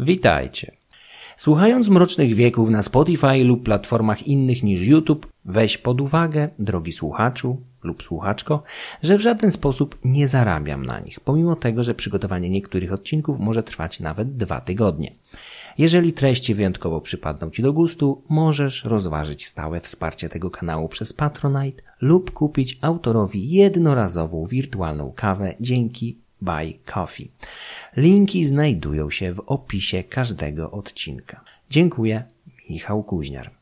Witajcie. Słuchając Mrocznych Wieków na Spotify lub platformach innych niż YouTube, weź pod uwagę, drogi słuchaczu lub słuchaczko, że w żaden sposób nie zarabiam na nich, pomimo tego, że przygotowanie niektórych odcinków może trwać nawet 2 tygodnie. Jeżeli treści wyjątkowo przypadną Ci do gustu, możesz rozważyć stałe wsparcie tego kanału przez Patronite lub kupić autorowi jednorazową wirtualną kawę dzięki Buy Coffee. Linki znajdują się w opisie każdego odcinka. Dziękuję, Michał Kuźniar.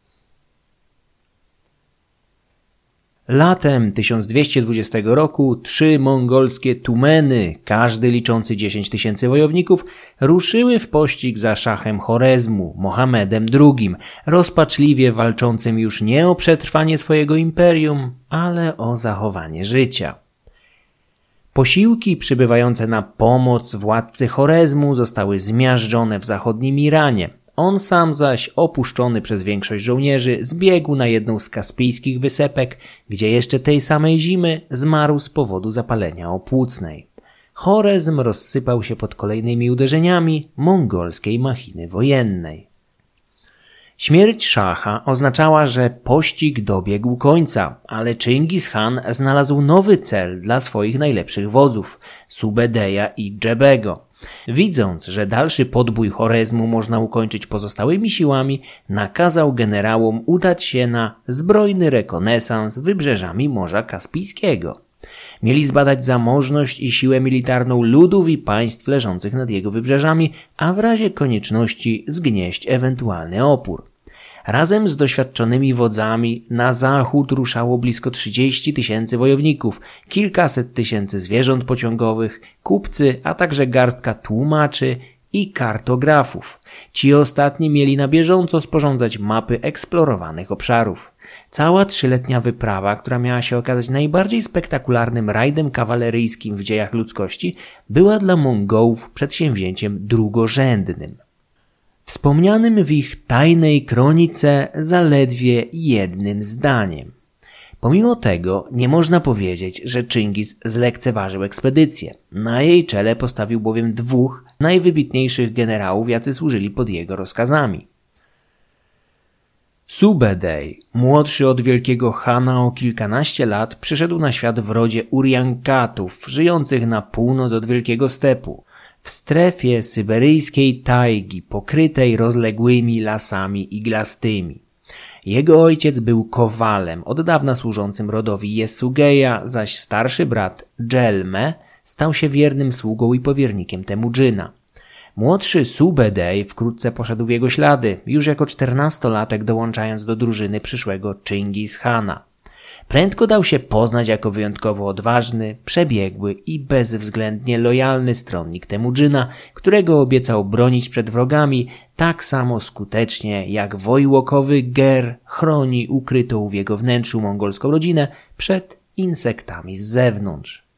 Latem 1220 roku 3 mongolskie tumeny, każdy liczący 10 000 wojowników, ruszyły w pościg za szachem Chorezmu, Mohamedem II, rozpaczliwie walczącym już nie o przetrwanie swojego imperium, ale o zachowanie życia. Posiłki przybywające na pomoc władcy Chorezmu zostały zmiażdżone w zachodnim Iranie. On sam zaś, opuszczony przez większość żołnierzy, zbiegł na jedną z kaspijskich wysepek, gdzie jeszcze tej samej zimy zmarł z powodu zapalenia opłucnej. Chorezm rozsypał się pod kolejnymi uderzeniami mongolskiej machiny wojennej. Śmierć szacha oznaczała, że pościg dobiegł końca, ale Chingis Khan znalazł nowy cel dla swoich najlepszych wodzów – Subedeja i Dżebego. Widząc, że dalszy podbój Chorezmu można ukończyć pozostałymi siłami, nakazał generałom udać się na zbrojny rekonesans wybrzeżami Morza Kaspijskiego. Mieli zbadać zamożność i siłę militarną ludów i państw leżących nad jego wybrzeżami, a w razie konieczności zgnieść ewentualny opór. Razem z doświadczonymi wodzami na zachód ruszało blisko 30 000 wojowników, kilkaset tysięcy zwierząt pociągowych, kupcy, a także garstka tłumaczy i kartografów. Ci ostatni mieli na bieżąco sporządzać mapy eksplorowanych obszarów. Cała 3-letnia wyprawa, która miała się okazać najbardziej spektakularnym rajdem kawaleryjskim w dziejach ludzkości, była dla Mongołów przedsięwzięciem drugorzędnym. Wspomnianym w ich tajnej kronice zaledwie jednym zdaniem. Pomimo tego nie można powiedzieć, że Chingis zlekceważył ekspedycję. Na jej czele postawił bowiem 2 najwybitniejszych generałów, jacy służyli pod jego rozkazami. Subedej, młodszy od wielkiego Hana o kilkanaście lat, przyszedł na świat w rodzie Uriankatów, żyjących na północ od Wielkiego Stepu, w strefie syberyjskiej tajgi, pokrytej rozległymi lasami iglastymi. Jego ojciec był kowalem, od dawna służącym rodowi Jesugeja, zaś starszy brat Dżelme stał się wiernym sługą i powiernikiem Temudżyna. Młodszy Subedej wkrótce poszedł w jego ślady, już jako 14-latek dołączając do drużyny przyszłego Chingis Khana. Prędko dał się poznać jako wyjątkowo odważny, przebiegły i bezwzględnie lojalny stronnik Temudżyna, którego obiecał bronić przed wrogami tak samo skutecznie jak wojłokowy Ger chroni ukrytą w jego wnętrzu mongolską rodzinę przed insektami z zewnątrz.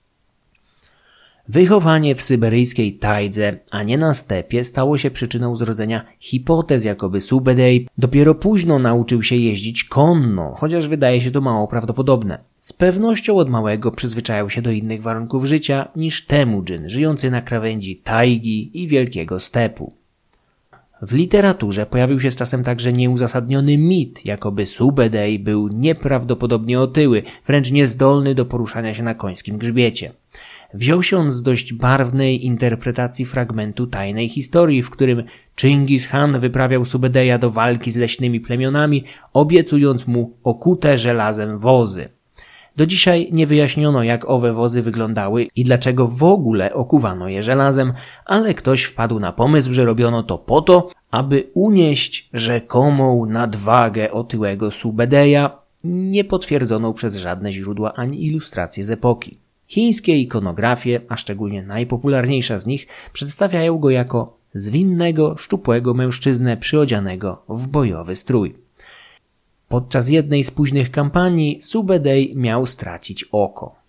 Wychowanie w syberyjskiej tajdze, a nie na stepie, stało się przyczyną zrodzenia hipotez, jakoby Subedej dopiero późno nauczył się jeździć konno, chociaż wydaje się to mało prawdopodobne. Z pewnością od małego przyzwyczajał się do innych warunków życia niż Temudżyn, żyjący na krawędzi tajgi i wielkiego stepu. W literaturze pojawił się z czasem także nieuzasadniony mit, jakoby Subedej był nieprawdopodobnie otyły, wręcz niezdolny do poruszania się na końskim grzbiecie. Wziął się on z dość barwnej interpretacji fragmentu tajnej historii, w którym Chingis Khan wyprawiał Subedeja do walki z leśnymi plemionami, obiecując mu okute żelazem wozy. Do dzisiaj nie wyjaśniono, jak owe wozy wyglądały i dlaczego w ogóle okuwano je żelazem, ale ktoś wpadł na pomysł, że robiono to po to, aby unieść rzekomą nadwagę otyłego Subedeja, niepotwierdzoną przez żadne źródła ani ilustracje z epoki. Chińskie ikonografie, a szczególnie najpopularniejsza z nich, przedstawiają go jako zwinnego, szczupłego mężczyznę przyodzianego w bojowy strój. Podczas jednej z późnych kampanii Subedej miał stracić oko.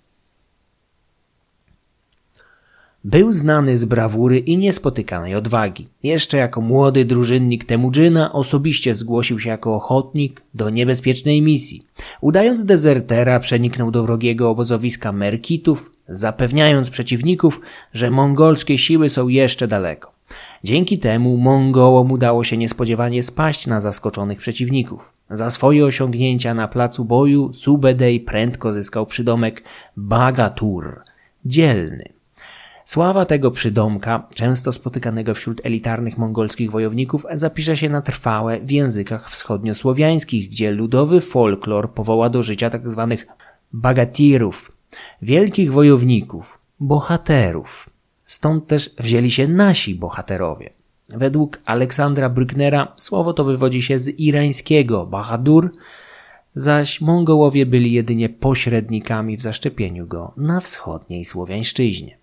Był znany z brawury i niespotykanej odwagi. Jeszcze jako młody drużynnik Temudżyna osobiście zgłosił się jako ochotnik do niebezpiecznej misji. Udając dezertera, przeniknął do wrogiego obozowiska Merkitów, zapewniając przeciwników, że mongolskie siły są jeszcze daleko. Dzięki temu Mongołom udało się niespodziewanie spaść na zaskoczonych przeciwników. Za swoje osiągnięcia na placu boju Subedej prędko zyskał przydomek Bagatur, dzielny. Sława tego przydomka, często spotykanego wśród elitarnych mongolskich wojowników, zapisze się na trwałe w językach wschodniosłowiańskich, gdzie ludowy folklor powoła do życia tzw. bagatirów, wielkich wojowników, bohaterów. Stąd też wzięli się nasi bohaterowie. Według Aleksandra Brücknera słowo to wywodzi się z irańskiego bahadur, zaś Mongołowie byli jedynie pośrednikami w zaszczepieniu go na wschodniej słowiańszczyźnie.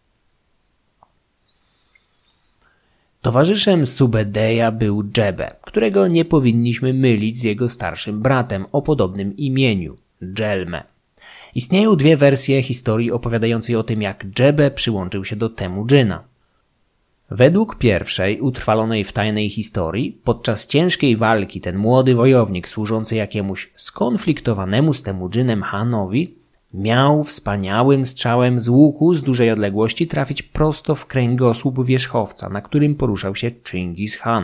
Towarzyszem Subedeja był Dżebe, którego nie powinniśmy mylić z jego starszym bratem o podobnym imieniu, Dżelme. Istnieją dwie wersje historii opowiadającej o tym, jak Dżebe przyłączył się do Temudżyna. Według pierwszej, utrwalonej w tajnej historii, podczas ciężkiej walki ten młody wojownik służący jakiemuś skonfliktowanemu z Temudżynem Hanowi miał wspaniałym strzałem z łuku z dużej odległości trafić prosto w kręgosłup wierzchowca, na którym poruszał się Chingis Khan.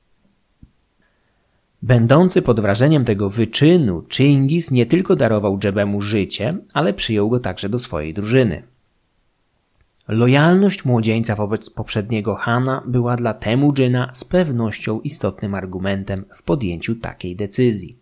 Będący pod wrażeniem tego wyczynu, Chingis nie tylko darował Dżebemu życie, ale przyjął go także do swojej drużyny. Lojalność młodzieńca wobec poprzedniego Hana była dla Temudżyna z pewnością istotnym argumentem w podjęciu takiej decyzji.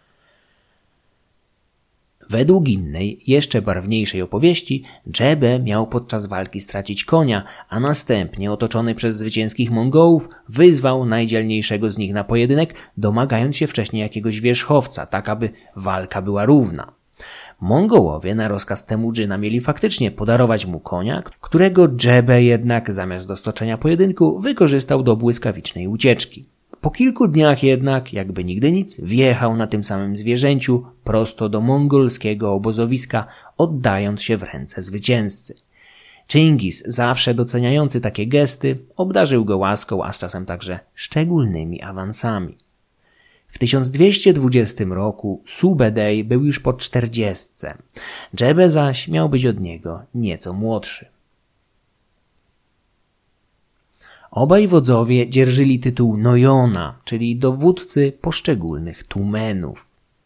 Według innej, jeszcze barwniejszej opowieści, Dżebe miał podczas walki stracić konia, a następnie, otoczony przez zwycięskich Mongołów, wyzwał najdzielniejszego z nich na pojedynek, domagając się wcześniej jakiegoś wierzchowca, tak aby walka była równa. Mongołowie na rozkaz Temudżyna mieli faktycznie podarować mu konia, którego Dżebe jednak zamiast do stoczenia pojedynku wykorzystał do błyskawicznej ucieczki. Po kilku dniach jednak, jakby nigdy nic, wjechał na tym samym zwierzęciu prosto do mongolskiego obozowiska, oddając się w ręce zwycięzcy. Chingis, zawsze doceniający takie gesty, obdarzył go łaską, a z czasem także szczególnymi awansami. W 1220 roku Subedej był już po 40, Dżebe zaś miał być od niego nieco młodszy. Obaj wodzowie dzierżyli tytuł Nojona, czyli dowódcy poszczególnych tumenów.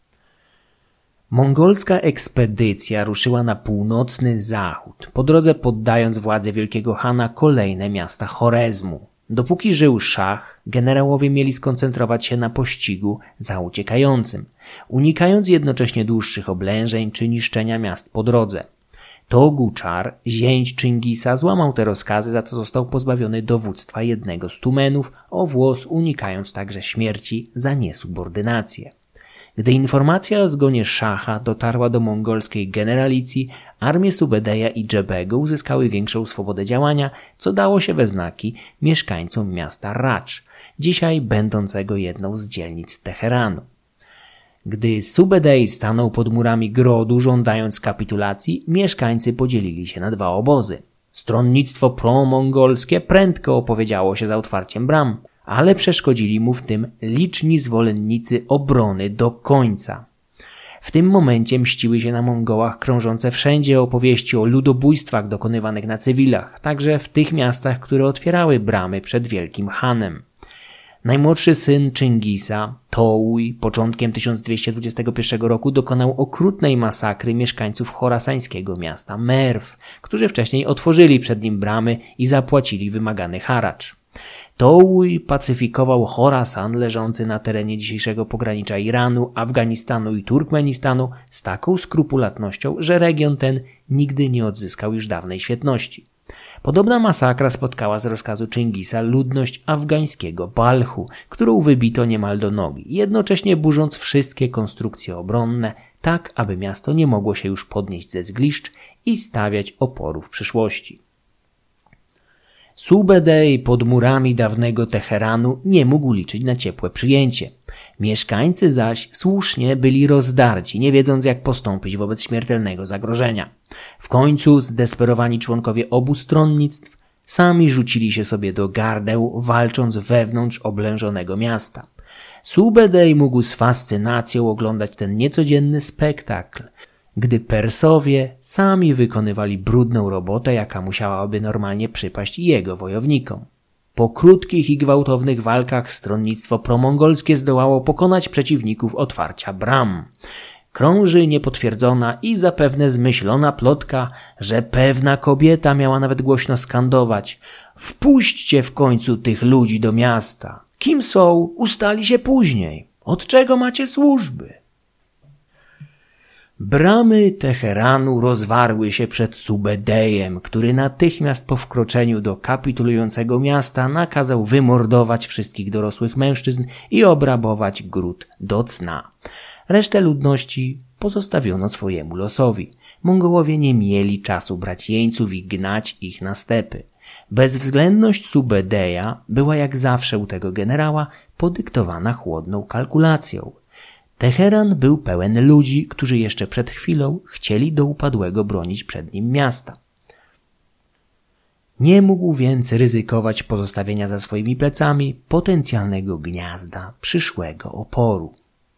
Mongolska ekspedycja ruszyła na północny zachód, po drodze poddając władzę wielkiego Hana kolejne miasta Chorezmu. Dopóki żył szach, generałowie mieli skoncentrować się na pościgu za uciekającym, unikając jednocześnie dłuższych oblężeń czy niszczenia miast po drodze. Toguczar, zięć Chingisa, złamał te rozkazy, za co został pozbawiony dowództwa jednego z tumenów, o włos unikając także śmierci za niesubordynację. Gdy informacja o zgonie szacha dotarła do mongolskiej generalicji, armie Subedeja i Dżebego uzyskały większą swobodę działania, co dało się we znaki mieszkańcom miasta Racz, dzisiaj będącego jedną z dzielnic Teheranu. Gdy Subedej stanął pod murami grodu żądając kapitulacji, mieszkańcy podzielili się na dwa obozy. Stronnictwo promongolskie prędko opowiedziało się za otwarciem bram, ale przeszkodzili mu w tym liczni zwolennicy obrony do końca. W tym momencie mściły się na Mongołach krążące wszędzie opowieści o ludobójstwach dokonywanych na cywilach, także w tych miastach, które otwierały bramy przed Wielkim Hanem. Najmłodszy syn Chingisa, Touj, początkiem 1221 roku dokonał okrutnej masakry mieszkańców chorasańskiego miasta Merw, którzy wcześniej otworzyli przed nim bramy i zapłacili wymagany haracz. Touj pacyfikował Chorasan leżący na terenie dzisiejszego pogranicza Iranu, Afganistanu i Turkmenistanu z taką skrupulatnością, że region ten nigdy nie odzyskał już dawnej świetności. Podobna masakra spotkała z rozkazu Chingisa ludność afgańskiego Balchu, którą wybito niemal do nogi, jednocześnie burząc wszystkie konstrukcje obronne, tak aby miasto nie mogło się już podnieść ze zgliszcz i stawiać oporu w przyszłości. Subedej pod murami dawnego Teheranu nie mógł liczyć na ciepłe przyjęcie. Mieszkańcy zaś słusznie byli rozdarci, nie wiedząc jak postąpić wobec śmiertelnego zagrożenia. W końcu zdesperowani członkowie obu stronnictw sami rzucili się sobie do gardeł, walcząc wewnątrz oblężonego miasta. Subedej mógł z fascynacją oglądać ten niecodzienny spektakl, gdy Persowie sami wykonywali brudną robotę, jaka musiałaby normalnie przypaść jego wojownikom. Po krótkich i gwałtownych walkach stronnictwo promongolskie zdołało pokonać przeciwników otwarcia bram. Krąży niepotwierdzona i zapewne zmyślona plotka, że pewna kobieta miała nawet głośno skandować: wpuśćcie w końcu tych ludzi do miasta. Kim są, ustali się później. Od czego macie służby? Bramy Teheranu rozwarły się przed Subedejem, który natychmiast po wkroczeniu do kapitulującego miasta nakazał wymordować wszystkich dorosłych mężczyzn i obrabować gród do cna. Resztę ludności pozostawiono swojemu losowi. Mongołowie nie mieli czasu brać jeńców i gnać ich na stepy. Bezwzględność Subedeja była jak zawsze u tego generała podyktowana chłodną kalkulacją. Teheran był pełen ludzi, którzy jeszcze przed chwilą chcieli do upadłego bronić przed nim miasta. Nie mógł więc ryzykować pozostawienia za swoimi plecami potencjalnego gniazda przyszłego oporu.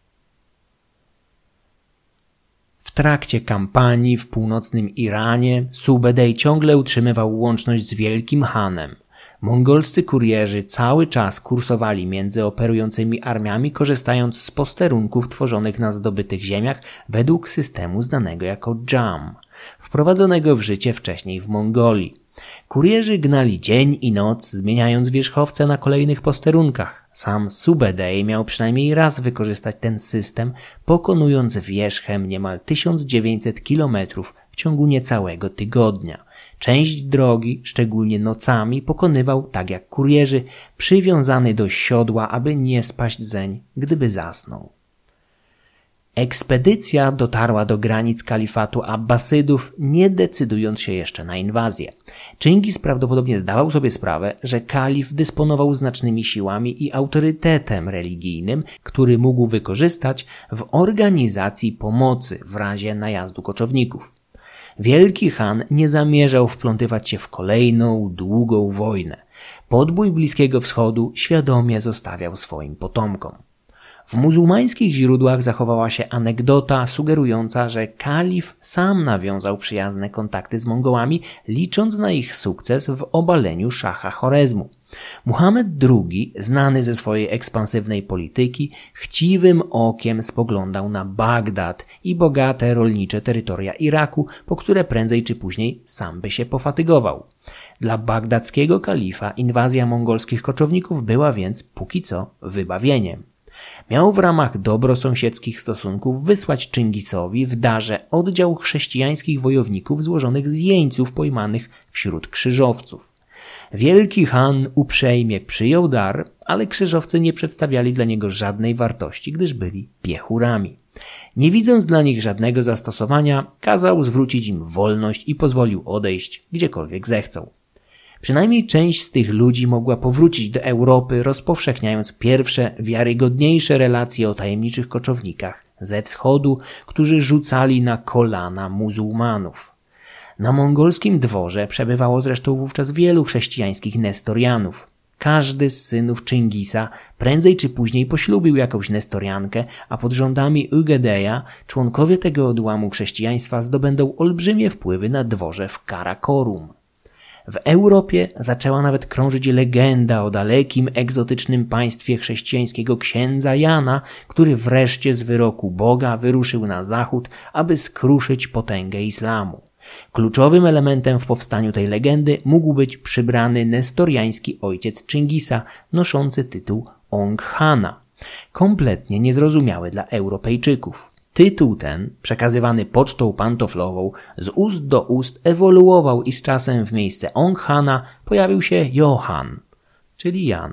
W trakcie kampanii w północnym Iranie Subedej ciągle utrzymywał łączność z Wielkim Hanem. Mongolscy kurierzy cały czas kursowali między operującymi armiami, korzystając z posterunków tworzonych na zdobytych ziemiach według systemu znanego jako Jam, wprowadzonego w życie wcześniej w Mongolii. Kurierzy gnali dzień i noc, zmieniając wierzchowce na kolejnych posterunkach. Sam Subedej miał przynajmniej raz wykorzystać ten system, pokonując wierzchem niemal 1900 kilometrów w ciągu niecałego tygodnia. Część drogi, szczególnie nocami, pokonywał tak jak kurierzy, przywiązany do siodła, aby nie spaść zeń, gdyby zasnął. Ekspedycja dotarła do granic kalifatu Abbasydów, nie decydując się jeszcze na inwazję. Czingis prawdopodobnie zdawał sobie sprawę, że kalif dysponował znacznymi siłami i autorytetem religijnym, który mógł wykorzystać w organizacji pomocy w razie najazdu koczowników. Wielki Han nie zamierzał wplątywać się w kolejną, długą wojnę. Podbój Bliskiego Wschodu świadomie zostawiał swoim potomkom. W muzułmańskich źródłach zachowała się anegdota sugerująca, że kalif sam nawiązał przyjazne kontakty z Mongołami, licząc na ich sukces w obaleniu szacha Chorezmu. Muhammad II, znany ze swojej ekspansywnej polityki, chciwym okiem spoglądał na Bagdad i bogate rolnicze terytoria Iraku, po które prędzej czy później sam by się pofatygował. Dla bagdadzkiego kalifa inwazja mongolskich koczowników była więc póki co wybawieniem. Miał w ramach dobrosąsiedzkich stosunków wysłać Czyngisowi w darze oddział chrześcijańskich wojowników złożonych z jeńców pojmanych wśród krzyżowców. Wielki Han uprzejmie przyjął dar, ale krzyżowcy nie przedstawiali dla niego żadnej wartości, gdyż byli piechurami. Nie widząc dla nich żadnego zastosowania, kazał zwrócić im wolność i pozwolił odejść gdziekolwiek zechcą. Przynajmniej część z tych ludzi mogła powrócić do Europy, rozpowszechniając pierwsze, wiarygodniejsze relacje o tajemniczych koczownikach ze wschodu, którzy rzucali na kolana muzułmanów. Na mongolskim dworze przebywało zresztą wówczas wielu chrześcijańskich nestorianów. Każdy z synów Czingisa prędzej czy później poślubił jakąś nestoriankę, a pod rządami Ugedeja członkowie tego odłamu chrześcijaństwa zdobędą olbrzymie wpływy na dworze w Karakorum. W Europie zaczęła nawet krążyć legenda o dalekim, egzotycznym państwie chrześcijańskiego księdza Jana, który wreszcie z wyroku Boga wyruszył na zachód, aby skruszyć potęgę islamu. Kluczowym elementem w powstaniu tej legendy mógł być przybrany nestoriański ojciec Czingisa, noszący tytuł Ong Hana, kompletnie niezrozumiały dla Europejczyków. Tytuł ten, przekazywany pocztą pantoflową, z ust do ust ewoluował i z czasem w miejsce Ong Hana pojawił się Johan, czyli Jan.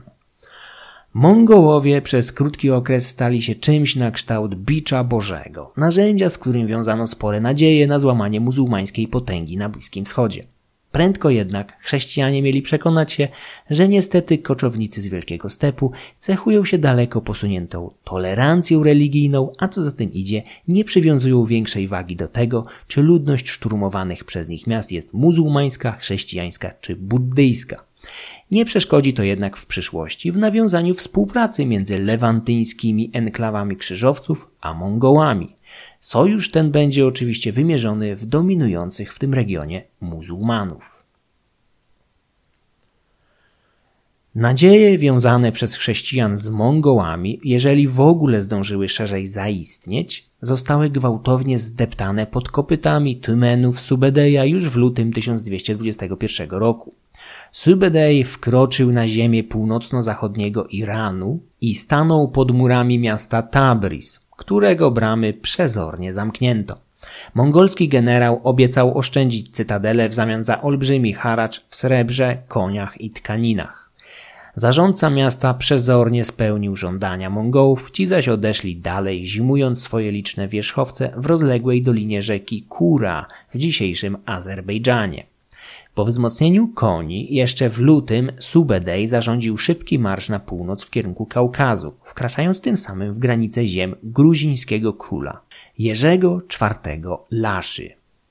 Mongołowie przez krótki okres stali się czymś na kształt bicza Bożego, narzędzia, z którym wiązano spore nadzieje na złamanie muzułmańskiej potęgi na Bliskim Wschodzie. Prędko jednak chrześcijanie mieli przekonać się, że niestety koczownicy z Wielkiego Stepu cechują się daleko posuniętą tolerancją religijną, a co za tym idzie, nie przywiązują większej wagi do tego, czy ludność szturmowanych przez nich miast jest muzułmańska, chrześcijańska czy buddyjska. Nie przeszkodzi to jednak w przyszłości w nawiązaniu współpracy między lewantyńskimi enklawami krzyżowców a Mongołami. Sojusz ten będzie oczywiście wymierzony w dominujących w tym regionie muzułmanów. Nadzieje wiązane przez chrześcijan z Mongołami, jeżeli w ogóle zdążyły szerzej zaistnieć, zostały gwałtownie zdeptane pod kopytami Tumenów Subedeja już w lutym 1221 roku. Subedej wkroczył na ziemię północno-zachodniego Iranu i stanął pod murami miasta Tabriz, którego bramy przezornie zamknięto. Mongolski generał obiecał oszczędzić cytadelę w zamian za olbrzymi haracz w srebrze, koniach i tkaninach. Zarządca miasta przezornie spełnił żądania Mongołów, ci zaś odeszli dalej, zimując swoje liczne wierzchowce w rozległej dolinie rzeki Kura w dzisiejszym Azerbejdżanie. Po wzmocnieniu koni jeszcze w lutym Subedej zarządził szybki marsz na północ w kierunku Kaukazu, wkraczając tym samym w granice ziem gruzińskiego króla Jerzego IV Laszy.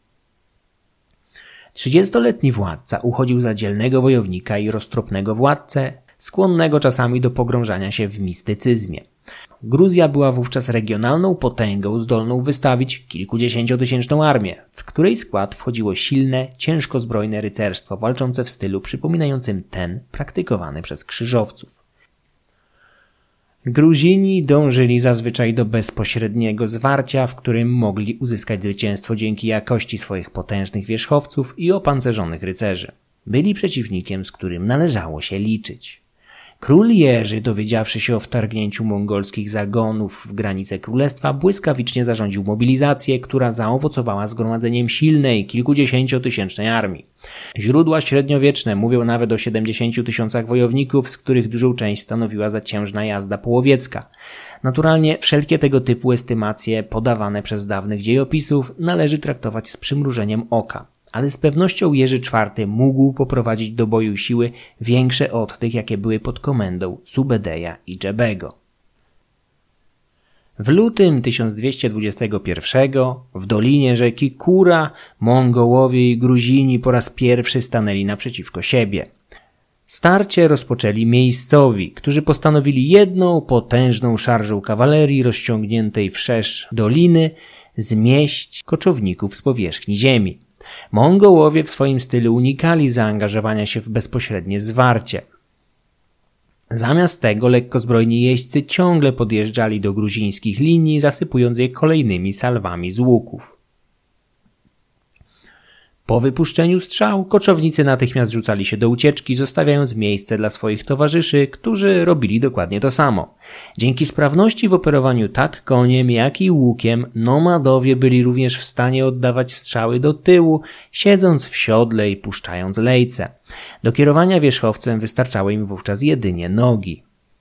30-letni władca uchodził za dzielnego wojownika i roztropnego władcę, skłonnego czasami do pogrążania się w mistycyzmie. Gruzja była wówczas regionalną potęgą zdolną wystawić kilkudziesięciotysięczną armię, w której skład wchodziło silne, ciężko zbrojne rycerstwo walczące w stylu przypominającym ten praktykowany przez krzyżowców. Gruzini dążyli zazwyczaj do bezpośredniego zwarcia, w którym mogli uzyskać zwycięstwo dzięki jakości swoich potężnych wierzchowców i opancerzonych rycerzy. Byli przeciwnikiem, z którym należało się liczyć. Król Jerzy, dowiedziawszy się o wtargnięciu mongolskich zagonów w granice królestwa, błyskawicznie zarządził mobilizację, która zaowocowała zgromadzeniem silnej, kilkudziesięciotysięcznej armii. Źródła średniowieczne mówią nawet o 70 000 wojowników, z których dużą część stanowiła zaciężna jazda połowiecka. Naturalnie wszelkie tego typu estymacje podawane przez dawnych dziejopisów należy traktować z przymrużeniem oka. Ale z pewnością Jerzy IV mógł poprowadzić do boju siły większe od tych, jakie były pod komendą Subedeja i Dżebego. W lutym 1221 w dolinie rzeki Kura Mongołowie i Gruzini po raz pierwszy stanęli naprzeciwko siebie. Starcie rozpoczęli miejscowi, którzy postanowili jedną potężną szarżą kawalerii rozciągniętej wszerz doliny zmieść koczowników z powierzchni ziemi. Mongołowie w swoim stylu unikali zaangażowania się w bezpośrednie zwarcie. Zamiast tego lekkozbrojni jeźdźcy ciągle podjeżdżali do gruzińskich linii, zasypując je kolejnymi salwami z łuków. Po wypuszczeniu strzał koczownicy natychmiast rzucali się do ucieczki, zostawiając miejsce dla swoich towarzyszy, którzy robili dokładnie to samo. Dzięki sprawności w operowaniu tak koniem, jak i łukiem, nomadowie byli również w stanie oddawać strzały do tyłu, siedząc w siodle i puszczając lejce. Do kierowania wierzchowcem wystarczały im wówczas jedynie nogi.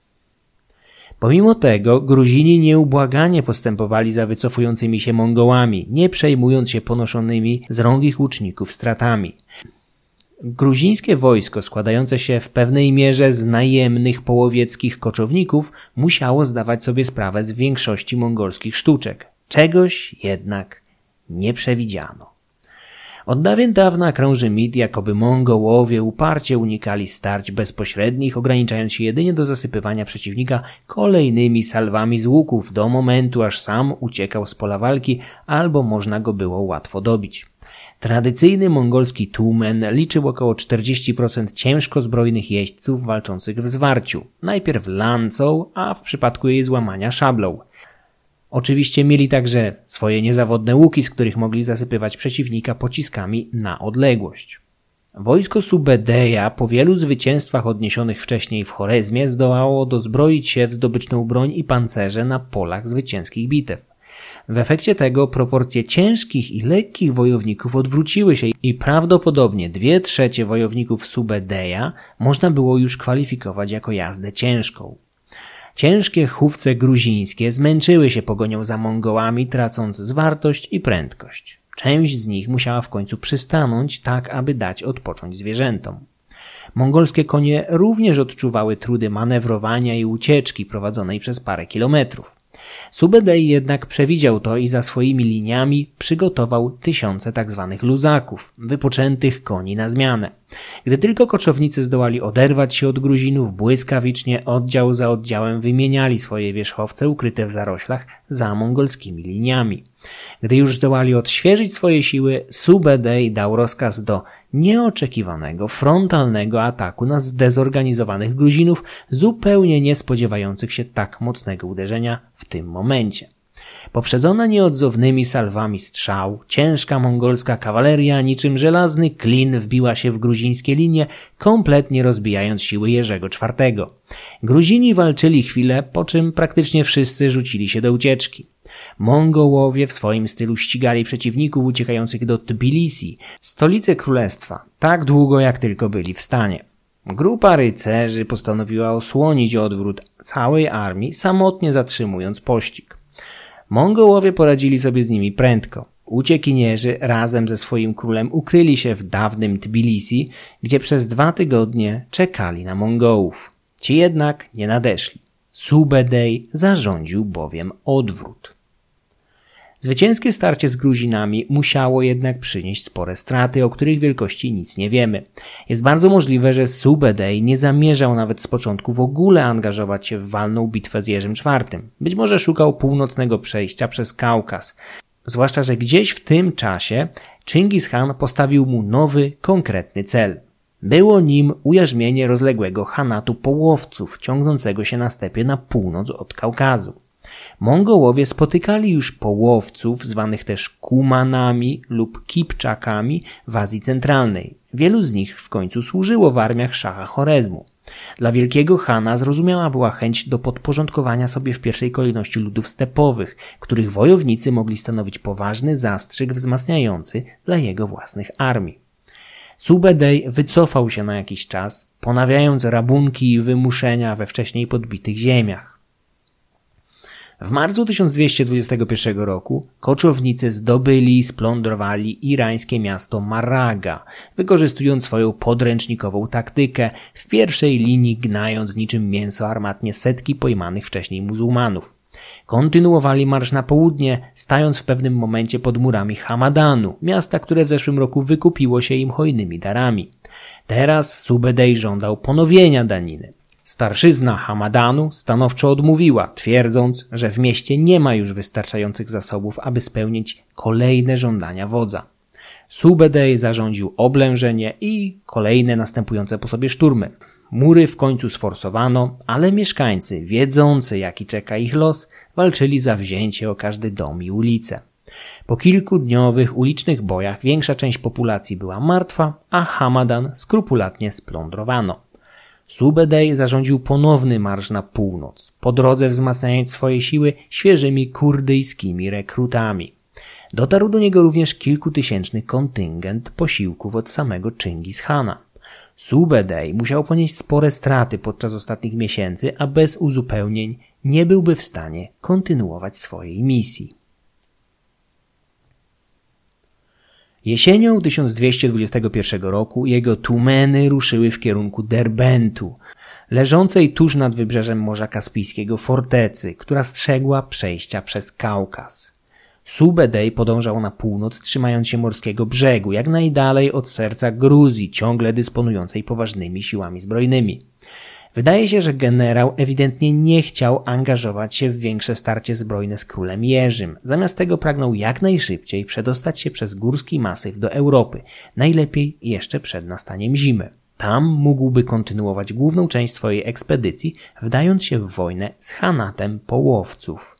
Pomimo tego Gruzini nieubłaganie postępowali za wycofującymi się Mongołami, nie przejmując się ponoszonymi z rąk ich łuczników stratami. Gruzińskie wojsko, składające się w pewnej mierze z najemnych połowieckich koczowników, musiało zdawać sobie sprawę z większości mongolskich sztuczek. Czegoś jednak nie przewidziano. Od dawien dawna krąży mit, jakoby Mongołowie uparcie unikali starć bezpośrednich, ograniczając się jedynie do zasypywania przeciwnika kolejnymi salwami z łuków do momentu, aż sam uciekał z pola walki albo można go było łatwo dobić. Tradycyjny mongolski tumen liczył około 40% ciężko zbrojnych jeźdźców walczących w zwarciu, najpierw lancą, a w przypadku jej złamania szablą. Oczywiście mieli także swoje niezawodne łuki, z których mogli zasypywać przeciwnika pociskami na odległość. Wojsko Subedeja po wielu zwycięstwach odniesionych wcześniej w Chorezmie zdołało dozbroić się w zdobyczną broń i pancerze na polach zwycięskich bitew. W efekcie tego proporcje ciężkich i lekkich wojowników odwróciły się i prawdopodobnie 2/3 wojowników Subedeja można było już kwalifikować jako jazdę ciężką. Ciężkie chówce gruzińskie zmęczyły się pogonią za Mongołami, tracąc zwartość i prędkość. Część z nich musiała w końcu przystanąć tak, aby dać odpocząć zwierzętom. Mongolskie konie również odczuwały trudy manewrowania i ucieczki prowadzonej przez parę kilometrów. Subedej jednak przewidział to i za swoimi liniami przygotował tysiące tzw. luzaków, wypoczętych koni na zmianę. Gdy tylko koczownicy zdołali oderwać się od Gruzinów, błyskawicznie oddział za oddziałem wymieniali swoje wierzchowce ukryte w zaroślach za mongolskimi liniami. Gdy już zdołali odświeżyć swoje siły, Subedej dał rozkaz do nieoczekiwanego, frontalnego ataku na zdezorganizowanych Gruzinów, zupełnie nie spodziewających się tak mocnego uderzenia w tym momencie. Poprzedzona nieodzownymi salwami strzał, ciężka mongolska kawaleria niczym żelazny klin wbiła się w gruzińskie linie, kompletnie rozbijając siły Jerzego IV. Gruzini walczyli chwilę, po czym praktycznie wszyscy rzucili się do ucieczki. Mongołowie w swoim stylu ścigali przeciwników uciekających do Tbilisi, stolicy królestwa, tak długo jak tylko byli w stanie. Grupa rycerzy postanowiła osłonić odwrót całej armii, samotnie zatrzymując pościg. Mongołowie poradzili sobie z nimi prędko. Uciekinierzy razem ze swoim królem ukryli się w dawnym Tbilisi, gdzie przez 2 tygodnie czekali na Mongołów. Ci jednak nie nadeszli. Subedej zarządził bowiem odwrót. Zwycięskie starcie z Gruzinami musiało jednak przynieść spore straty, o których wielkości nic nie wiemy. Jest bardzo możliwe, że Subedej nie zamierzał nawet z początku w ogóle angażować się w walną bitwę z Jerzym IV. Być może szukał północnego przejścia przez Kaukaz. Zwłaszcza, że gdzieś w tym czasie Chingis Khan postawił mu nowy, konkretny cel. Było nim ujarzmienie rozległego Hanatu Połowców, ciągnącego się na stepie na północ od Kaukazu. Mongołowie spotykali już połowców, zwanych też Kumanami lub Kipczakami w Azji Centralnej. Wielu z nich w końcu służyło w armiach szacha Chorezmu. Dla wielkiego Hana zrozumiała była chęć do podporządkowania sobie w pierwszej kolejności ludów stepowych, których wojownicy mogli stanowić poważny zastrzyk wzmacniający dla jego własnych armii. Subedej wycofał się na jakiś czas, ponawiając rabunki i wymuszenia we wcześniej podbitych ziemiach. W marcu 1221 roku koczownicy zdobyli i splądrowali irańskie miasto Maraga, wykorzystując swoją podręcznikową taktykę, w pierwszej linii gnając niczym mięso armatnie setki pojmanych wcześniej muzułmanów. Kontynuowali marsz na południe, stając w pewnym momencie pod murami Hamadanu, miasta, które w zeszłym roku wykupiło się im hojnymi darami. Teraz Subedej żądał ponowienia daniny. Starszyzna Hamadanu stanowczo odmówiła, twierdząc, że w mieście nie ma już wystarczających zasobów, aby spełnić kolejne żądania wodza. Subedej zarządził oblężenie i kolejne następujące po sobie szturmy. Mury w końcu sforsowano, ale mieszkańcy, wiedzący jaki czeka ich los, walczyli za wzięcie o każdy dom i ulicę. Po kilkudniowych ulicznych bojach większa część populacji była martwa, a Hamadan skrupulatnie splądrowano. Subedej zarządził ponowny marsz na północ, po drodze wzmacniając swoje siły świeżymi kurdyjskimi rekrutami. Dotarł do niego również kilkutysięczny kontyngent posiłków od samego Chingis Khana. Subedej musiał ponieść spore straty podczas ostatnich miesięcy, a bez uzupełnień nie byłby w stanie kontynuować swojej misji. Jesienią 1221 roku jego tumeny ruszyły w kierunku Derbentu, leżącej tuż nad wybrzeżem Morza Kaspijskiego fortecy, która strzegła przejścia przez Kaukaz. Subedej podążał na północ, trzymając się morskiego brzegu, jak najdalej od serca Gruzji, ciągle dysponującej poważnymi siłami zbrojnymi. Wydaje się, że generał ewidentnie nie chciał angażować się w większe starcie zbrojne z królem Jerzym. Zamiast tego pragnął jak najszybciej przedostać się przez górski masyw do Europy, najlepiej jeszcze przed nastaniem zimy. Tam mógłby kontynuować główną część swojej ekspedycji, wdając się w wojnę z Hanatem Połowców.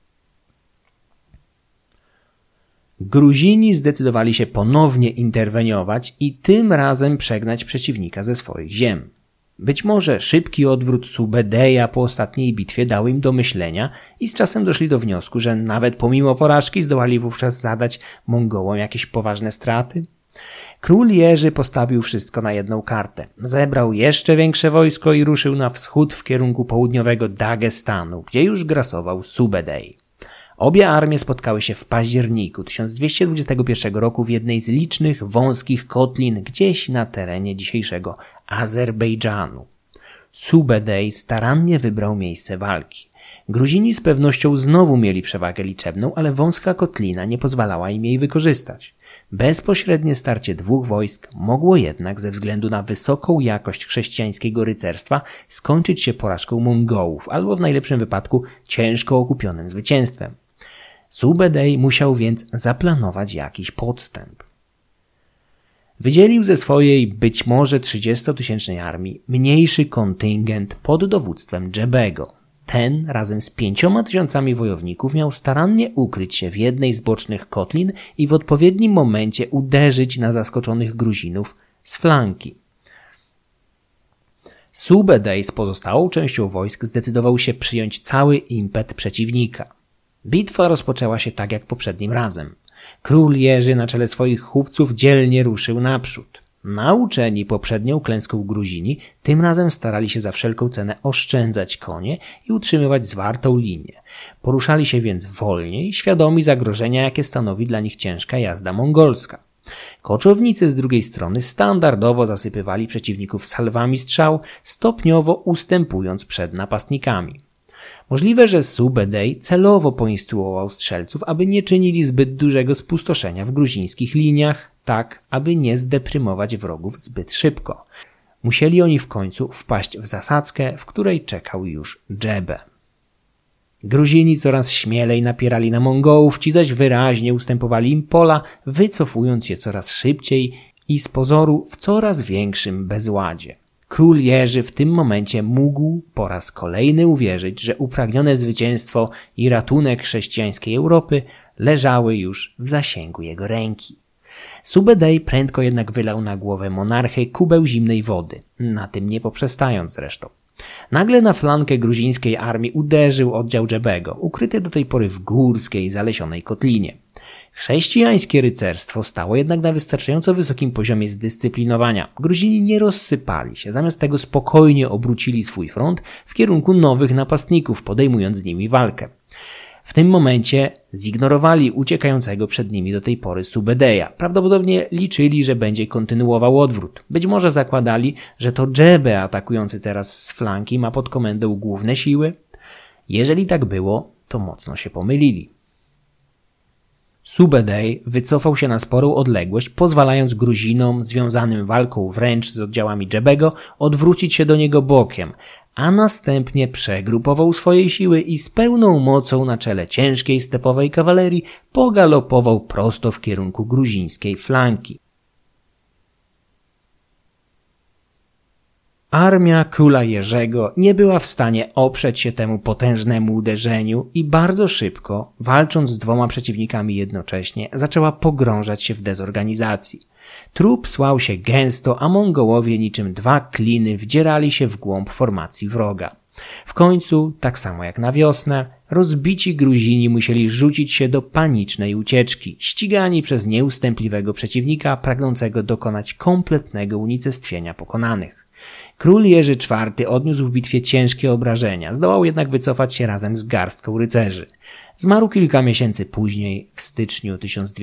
Gruzini zdecydowali się ponownie interweniować i tym razem przegnać przeciwnika ze swoich ziem. Być może szybki odwrót Subedeja po ostatniej bitwie dał im do myślenia i z czasem doszli do wniosku, że nawet pomimo porażki zdołali wówczas zadać Mongołom jakieś poważne straty. Król Jerzy postawił wszystko na jedną kartę. Zebrał jeszcze większe wojsko i ruszył na wschód w kierunku południowego Dagestanu, gdzie już grasował Subedej. Obie armie spotkały się w październiku 1221 roku w jednej z licznych wąskich kotlin gdzieś na terenie dzisiejszego Azerbejdżanu. Subedej starannie wybrał miejsce walki. Gruzini z pewnością znowu mieli przewagę liczebną, ale wąska kotlina nie pozwalała im jej wykorzystać. Bezpośrednie starcie dwóch wojsk mogło jednak ze względu na wysoką jakość chrześcijańskiego rycerstwa skończyć się porażką Mongołów albo w najlepszym wypadku ciężko okupionym zwycięstwem. Subedej musiał więc zaplanować jakiś podstęp. Wydzielił ze swojej być może 30-tysięcznej armii mniejszy kontyngent pod dowództwem Dżebego. Ten razem z 5000 wojowników miał starannie ukryć się w jednej z bocznych kotlin i w odpowiednim momencie uderzyć na zaskoczonych Gruzinów z flanki. Subedej z pozostałą częścią wojsk zdecydował się przyjąć cały impet przeciwnika. Bitwa rozpoczęła się tak jak poprzednim razem. Król Jerzy na czele swoich chówców dzielnie ruszył naprzód. Nauczeni poprzednią klęską Gruzini tym razem starali się za wszelką cenę oszczędzać konie i utrzymywać zwartą linię. Poruszali się więc wolniej, świadomi zagrożenia, jakie stanowi dla nich ciężka jazda mongolska. Koczownicy z drugiej strony standardowo zasypywali przeciwników salwami strzał, stopniowo ustępując przed napastnikami. Możliwe, że Subedej celowo poinstruował strzelców, aby nie czynili zbyt dużego spustoszenia w gruzińskich liniach, tak aby nie zdeprymować wrogów zbyt szybko. Musieli oni w końcu wpaść w zasadzkę, w której czekał już Dżebe. Gruzini coraz śmielej napierali na Mongołów, ci zaś wyraźnie ustępowali im pola, wycofując się coraz szybciej i z pozoru w coraz większym bezładzie. Król Jerzy w tym momencie mógł po raz kolejny uwierzyć, że upragnione zwycięstwo i ratunek chrześcijańskiej Europy leżały już w zasięgu jego ręki. Subedej prędko jednak wylał na głowę monarchy kubeł zimnej wody, na tym nie poprzestając zresztą. Nagle na flankę gruzińskiej armii uderzył oddział Dżebego, ukryty do tej pory w górskiej, zalesionej kotlinie. Chrześcijańskie rycerstwo stało jednak na wystarczająco wysokim poziomie zdyscyplinowania. Gruzini nie rozsypali się, zamiast tego spokojnie obrócili swój front w kierunku nowych napastników, podejmując z nimi walkę. W tym momencie zignorowali uciekającego przed nimi do tej pory Subedeja. Prawdopodobnie liczyli, że będzie kontynuował odwrót. Być może zakładali, że to Dżebe atakujący teraz z flanki ma pod komendą główne siły. Jeżeli tak było, to mocno się pomylili. Subedej wycofał się na sporą odległość, pozwalając Gruzinom związanym walką wręcz z oddziałami Dżebego odwrócić się do niego bokiem, a następnie przegrupował swoje siły i z pełną mocą na czele ciężkiej stepowej kawalerii pogalopował prosto w kierunku gruzińskiej flanki. Armia króla Jerzego nie była w stanie oprzeć się temu potężnemu uderzeniu i bardzo szybko, walcząc z dwoma przeciwnikami jednocześnie, zaczęła pogrążać się w dezorganizacji. Trup słał się gęsto, a Mongołowie niczym dwa kliny wdzierali się w głąb formacji wroga. W końcu, tak samo jak na wiosnę, rozbici Gruzini musieli rzucić się do panicznej ucieczki, ścigani przez nieustępliwego przeciwnika pragnącego dokonać kompletnego unicestwienia pokonanych. Król Jerzy IV odniósł w bitwie ciężkie obrażenia, zdołał jednak wycofać się razem z garstką rycerzy. Zmarł kilka miesięcy później, w styczniu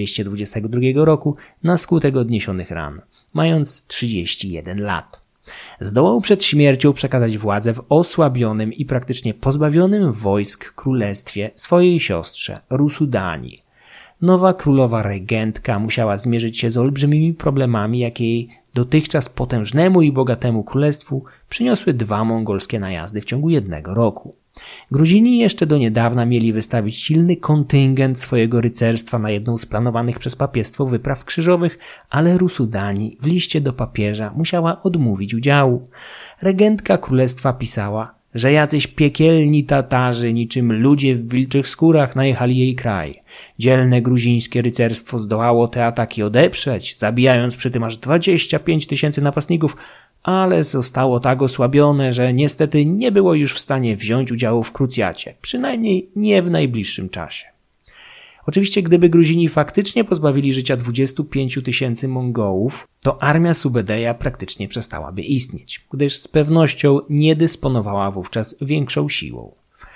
1222 roku, na skutek odniesionych ran, mając 31 lat. Zdołał przed śmiercią przekazać władzę w osłabionym i praktycznie pozbawionym wojsk królestwie swojej siostrze Rusudani. Nowa królowa regentka musiała zmierzyć się z olbrzymimi problemami, jakie jej dotychczas potężnemu i bogatemu królestwu przyniosły dwa mongolskie najazdy w ciągu jednego roku. Gruzini jeszcze do niedawna mieli wystawić silny kontyngent swojego rycerstwa na jedną z planowanych przez papiestwo wypraw krzyżowych, ale Rusudani w liście do papieża musiała odmówić udziału. Regentka królestwa pisała, że jacyś piekielni Tatarzy niczym ludzie w wilczych skórach najechali jej kraj. Dzielne gruzińskie rycerstwo zdołało te ataki odeprzeć, zabijając przy tym aż 25 000 napastników, ale zostało tak osłabione, że niestety nie było już w stanie wziąć udziału w krucjacie, przynajmniej nie w najbliższym czasie. Oczywiście gdyby Gruzini faktycznie pozbawili życia 25 000 Mongołów, to armia Subedeja praktycznie przestałaby istnieć, gdyż z pewnością nie dysponowała wówczas większą siłą.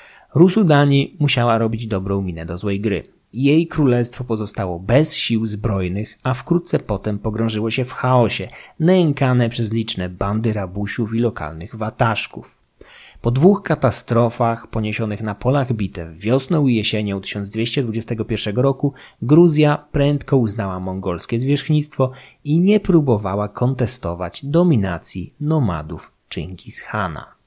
Rusudani musiała robić dobrą minę do złej gry. Jej królestwo pozostało bez sił zbrojnych, a wkrótce potem pogrążyło się w chaosie, nękane przez liczne bandy rabusiów i lokalnych wataszków. Po 2 katastrofach poniesionych na polach bitew wiosną i jesienią 1221 roku Gruzja prędko uznała mongolskie zwierzchnictwo i nie próbowała kontestować dominacji nomadów Chingis-Hana.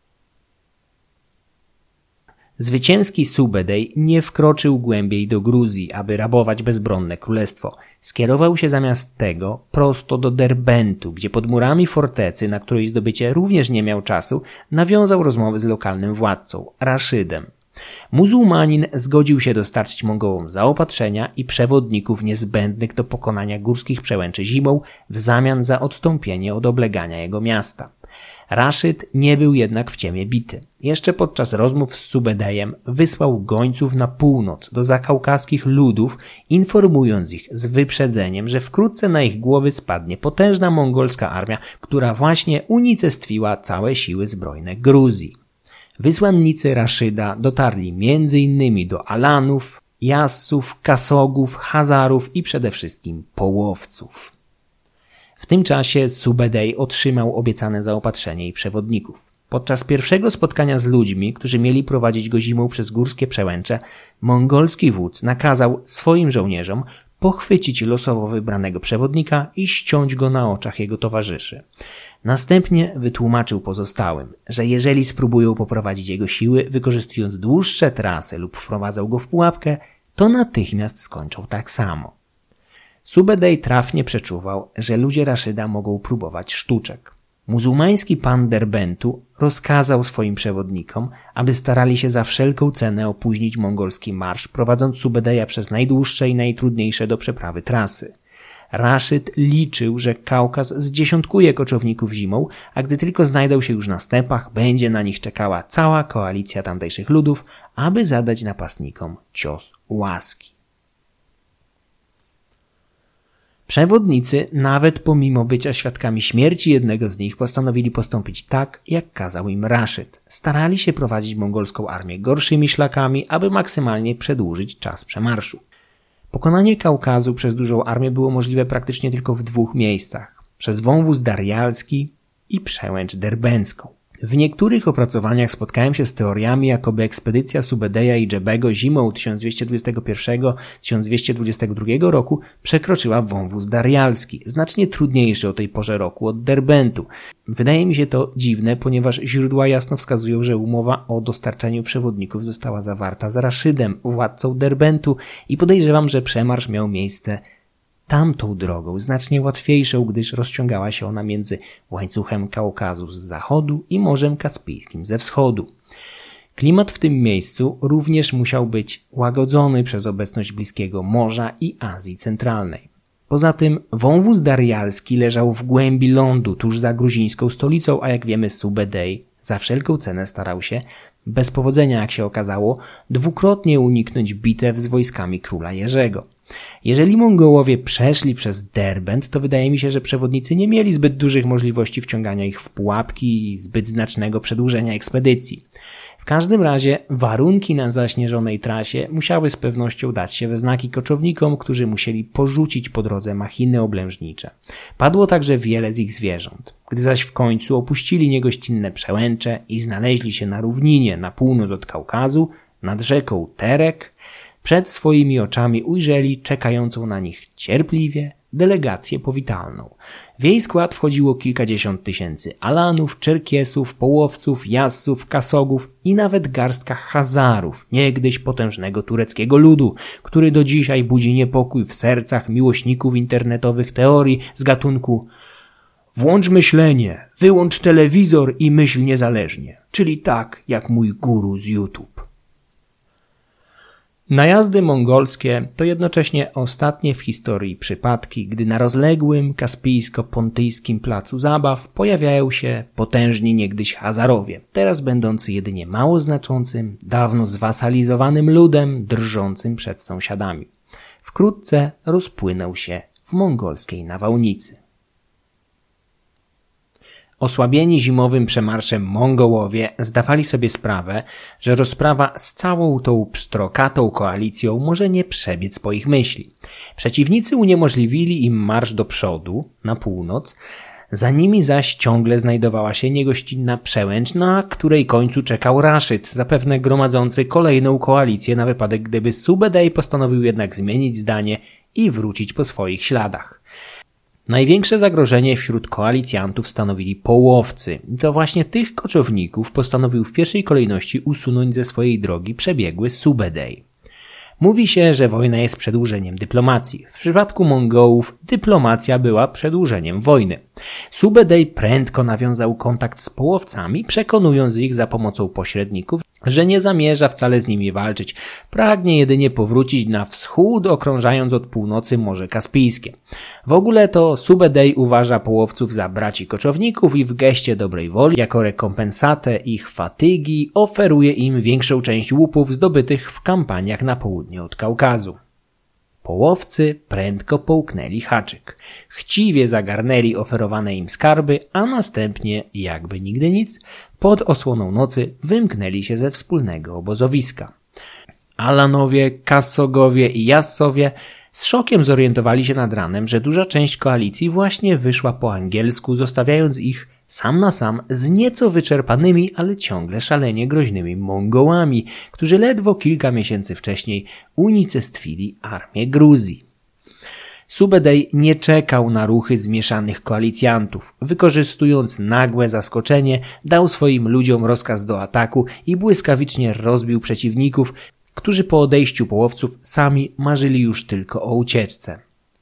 Zwycięski Subedej nie wkroczył głębiej do Gruzji, aby rabować bezbronne królestwo. Skierował się zamiast tego prosto do Derbentu, gdzie pod murami fortecy, na której zdobycie również nie miał czasu, nawiązał rozmowy z lokalnym władcą, Raszydem. Muzułmanin zgodził się dostarczyć Mongołom zaopatrzenia i przewodników niezbędnych do pokonania górskich przełęczy zimą w zamian za odstąpienie od oblegania jego miasta. Raszyd nie był jednak w ciemię bity. Jeszcze podczas rozmów z Subedejem wysłał gońców na północ do zakaukaskich ludów, informując ich z wyprzedzeniem, że wkrótce na ich głowy spadnie potężna mongolska armia, która właśnie unicestwiła całe siły zbrojne Gruzji. Wysłannicy Raszyda dotarli m.in. do Alanów, Jassów, Kasogów, Hazarów i przede wszystkim Połowców. W tym czasie Subedej otrzymał obiecane zaopatrzenie i przewodników. Podczas pierwszego spotkania z ludźmi, którzy mieli prowadzić go zimą przez górskie przełęcze, mongolski wódz nakazał swoim żołnierzom pochwycić losowo wybranego przewodnika i ściąć go na oczach jego towarzyszy. Następnie wytłumaczył pozostałym, że jeżeli spróbują poprowadzić jego siły, wykorzystując dłuższe trasy lub wprowadzał go w pułapkę, to natychmiast skończą tak samo. Subedej trafnie przeczuwał, że ludzie Raszyda mogą próbować sztuczek. Muzułmański pan Derbentu rozkazał swoim przewodnikom, aby starali się za wszelką cenę opóźnić mongolski marsz, prowadząc Subedeja przez najdłuższe i najtrudniejsze do przeprawy trasy. Raszyd liczył, że Kaukaz zdziesiątkuje koczowników zimą, a gdy tylko znajdą się już na stepach, będzie na nich czekała cała koalicja tamtejszych ludów, aby zadać napastnikom cios łaski. Przewodnicy, nawet pomimo bycia świadkami śmierci jednego z nich, postanowili postąpić tak, jak kazał im Raszyd. Starali się prowadzić mongolską armię gorszymi szlakami, aby maksymalnie przedłużyć czas przemarszu. Pokonanie Kaukazu przez dużą armię było możliwe praktycznie tylko w 2 miejscach. Przez wąwóz Darialski i przełęcz derbencką. W niektórych opracowaniach spotkałem się z teoriami, jakoby ekspedycja Subedeja i Dżebego zimą 1221-1222 roku przekroczyła wąwóz Darialski, znacznie trudniejszy o tej porze roku od Derbentu. Wydaje mi się to dziwne, ponieważ źródła jasno wskazują, że umowa o dostarczaniu przewodników została zawarta z Raszydem, władcą Derbentu, i podejrzewam, że przemarsz miał miejsce tamtą drogą, znacznie łatwiejszą, gdyż rozciągała się ona między łańcuchem Kaukazu z zachodu i Morzem Kaspijskim ze wschodu. Klimat w tym miejscu również musiał być łagodzony przez obecność Bliskiego Morza i Azji Centralnej. Poza tym wąwóz Darialski leżał w głębi lądu, tuż za gruzińską stolicą, a jak wiemy Subedej za wszelką cenę starał się, bez powodzenia jak się okazało, 2-krotnie uniknąć bitew z wojskami króla Jerzego. Jeżeli Mongołowie przeszli przez Derbent, to wydaje mi się, że przewodnicy nie mieli zbyt dużych możliwości wciągania ich w pułapki i zbyt znacznego przedłużenia ekspedycji. W każdym razie warunki na zaśnieżonej trasie musiały z pewnością dać się we znaki koczownikom, którzy musieli porzucić po drodze machiny oblężnicze. Padło także wiele z ich zwierząt. Gdy zaś w końcu opuścili niegościnne przełęcze i znaleźli się na równinie na północ od Kaukazu, nad rzeką Terek, przed swoimi oczami ujrzeli czekającą na nich cierpliwie delegację powitalną. W jej skład wchodziło kilkadziesiąt tysięcy Alanów, Czerkiesów, Połowców, Jassów, Kasogów i nawet garstka Hazarów, niegdyś potężnego tureckiego ludu, który do dzisiaj budzi niepokój w sercach miłośników internetowych teorii z gatunku włącz myślenie, wyłącz telewizor i myśl niezależnie, czyli tak jak mój guru z YouTube. Najazdy mongolskie to jednocześnie ostatnie w historii przypadki, gdy na rozległym kaspijsko-pontyjskim placu zabaw pojawiają się potężni niegdyś Hazarowie, teraz będący jedynie mało znaczącym, dawno zwasalizowanym ludem drżącym przed sąsiadami. Wkrótce rozpłynął się w mongolskiej nawałnicy. Osłabieni zimowym przemarszem Mongołowie zdawali sobie sprawę, że rozprawa z całą tą pstrokatą koalicją może nie przebiec po ich myśli. Przeciwnicy uniemożliwili im marsz do przodu, na północ, Za nimi zaś ciągle znajdowała się niegościnna przełęcz, na której końcu czekał Raszyd, zapewne gromadzący kolejną koalicję na wypadek, gdyby Subedej postanowił jednak zmienić zdanie i wrócić po swoich śladach. Największe zagrożenie wśród koalicjantów stanowili połowcy. To właśnie tych koczowników postanowił w pierwszej kolejności usunąć ze swojej drogi przebiegły Subedej. Mówi się, że wojna jest przedłużeniem dyplomacji. W przypadku Mongołów dyplomacja była przedłużeniem wojny. Subedej prędko nawiązał kontakt z połowcami, przekonując ich za pomocą pośredników, że nie zamierza wcale z nimi walczyć. Pragnie jedynie powrócić na wschód, okrążając od północy Morze Kaspijskie. W ogóle to Subedej uważa połowców za braci koczowników i w geście dobrej woli, jako rekompensatę ich fatygi, oferuje im większą część łupów zdobytych w kampaniach na południe od Kaukazu. Połowcy prędko połknęli haczyk. Chciwie zagarnęli oferowane im skarby, a następnie, jakby nigdy nic, pod osłoną nocy wymknęli się ze wspólnego obozowiska. Alanowie, Kassogowie i Jassowie z szokiem zorientowali się nad ranem, że duża część koalicji właśnie wyszła po angielsku, zostawiając ich sam na sam z nieco wyczerpanymi, ale ciągle szalenie groźnymi Mongołami, którzy ledwo kilka miesięcy wcześniej unicestwili armię Gruzji. Subedej nie czekał na ruchy zmieszanych koalicjantów. Wykorzystując nagłe zaskoczenie, dał swoim ludziom rozkaz do ataku i błyskawicznie rozbił przeciwników, którzy po odejściu połowców sami marzyli już tylko o ucieczce.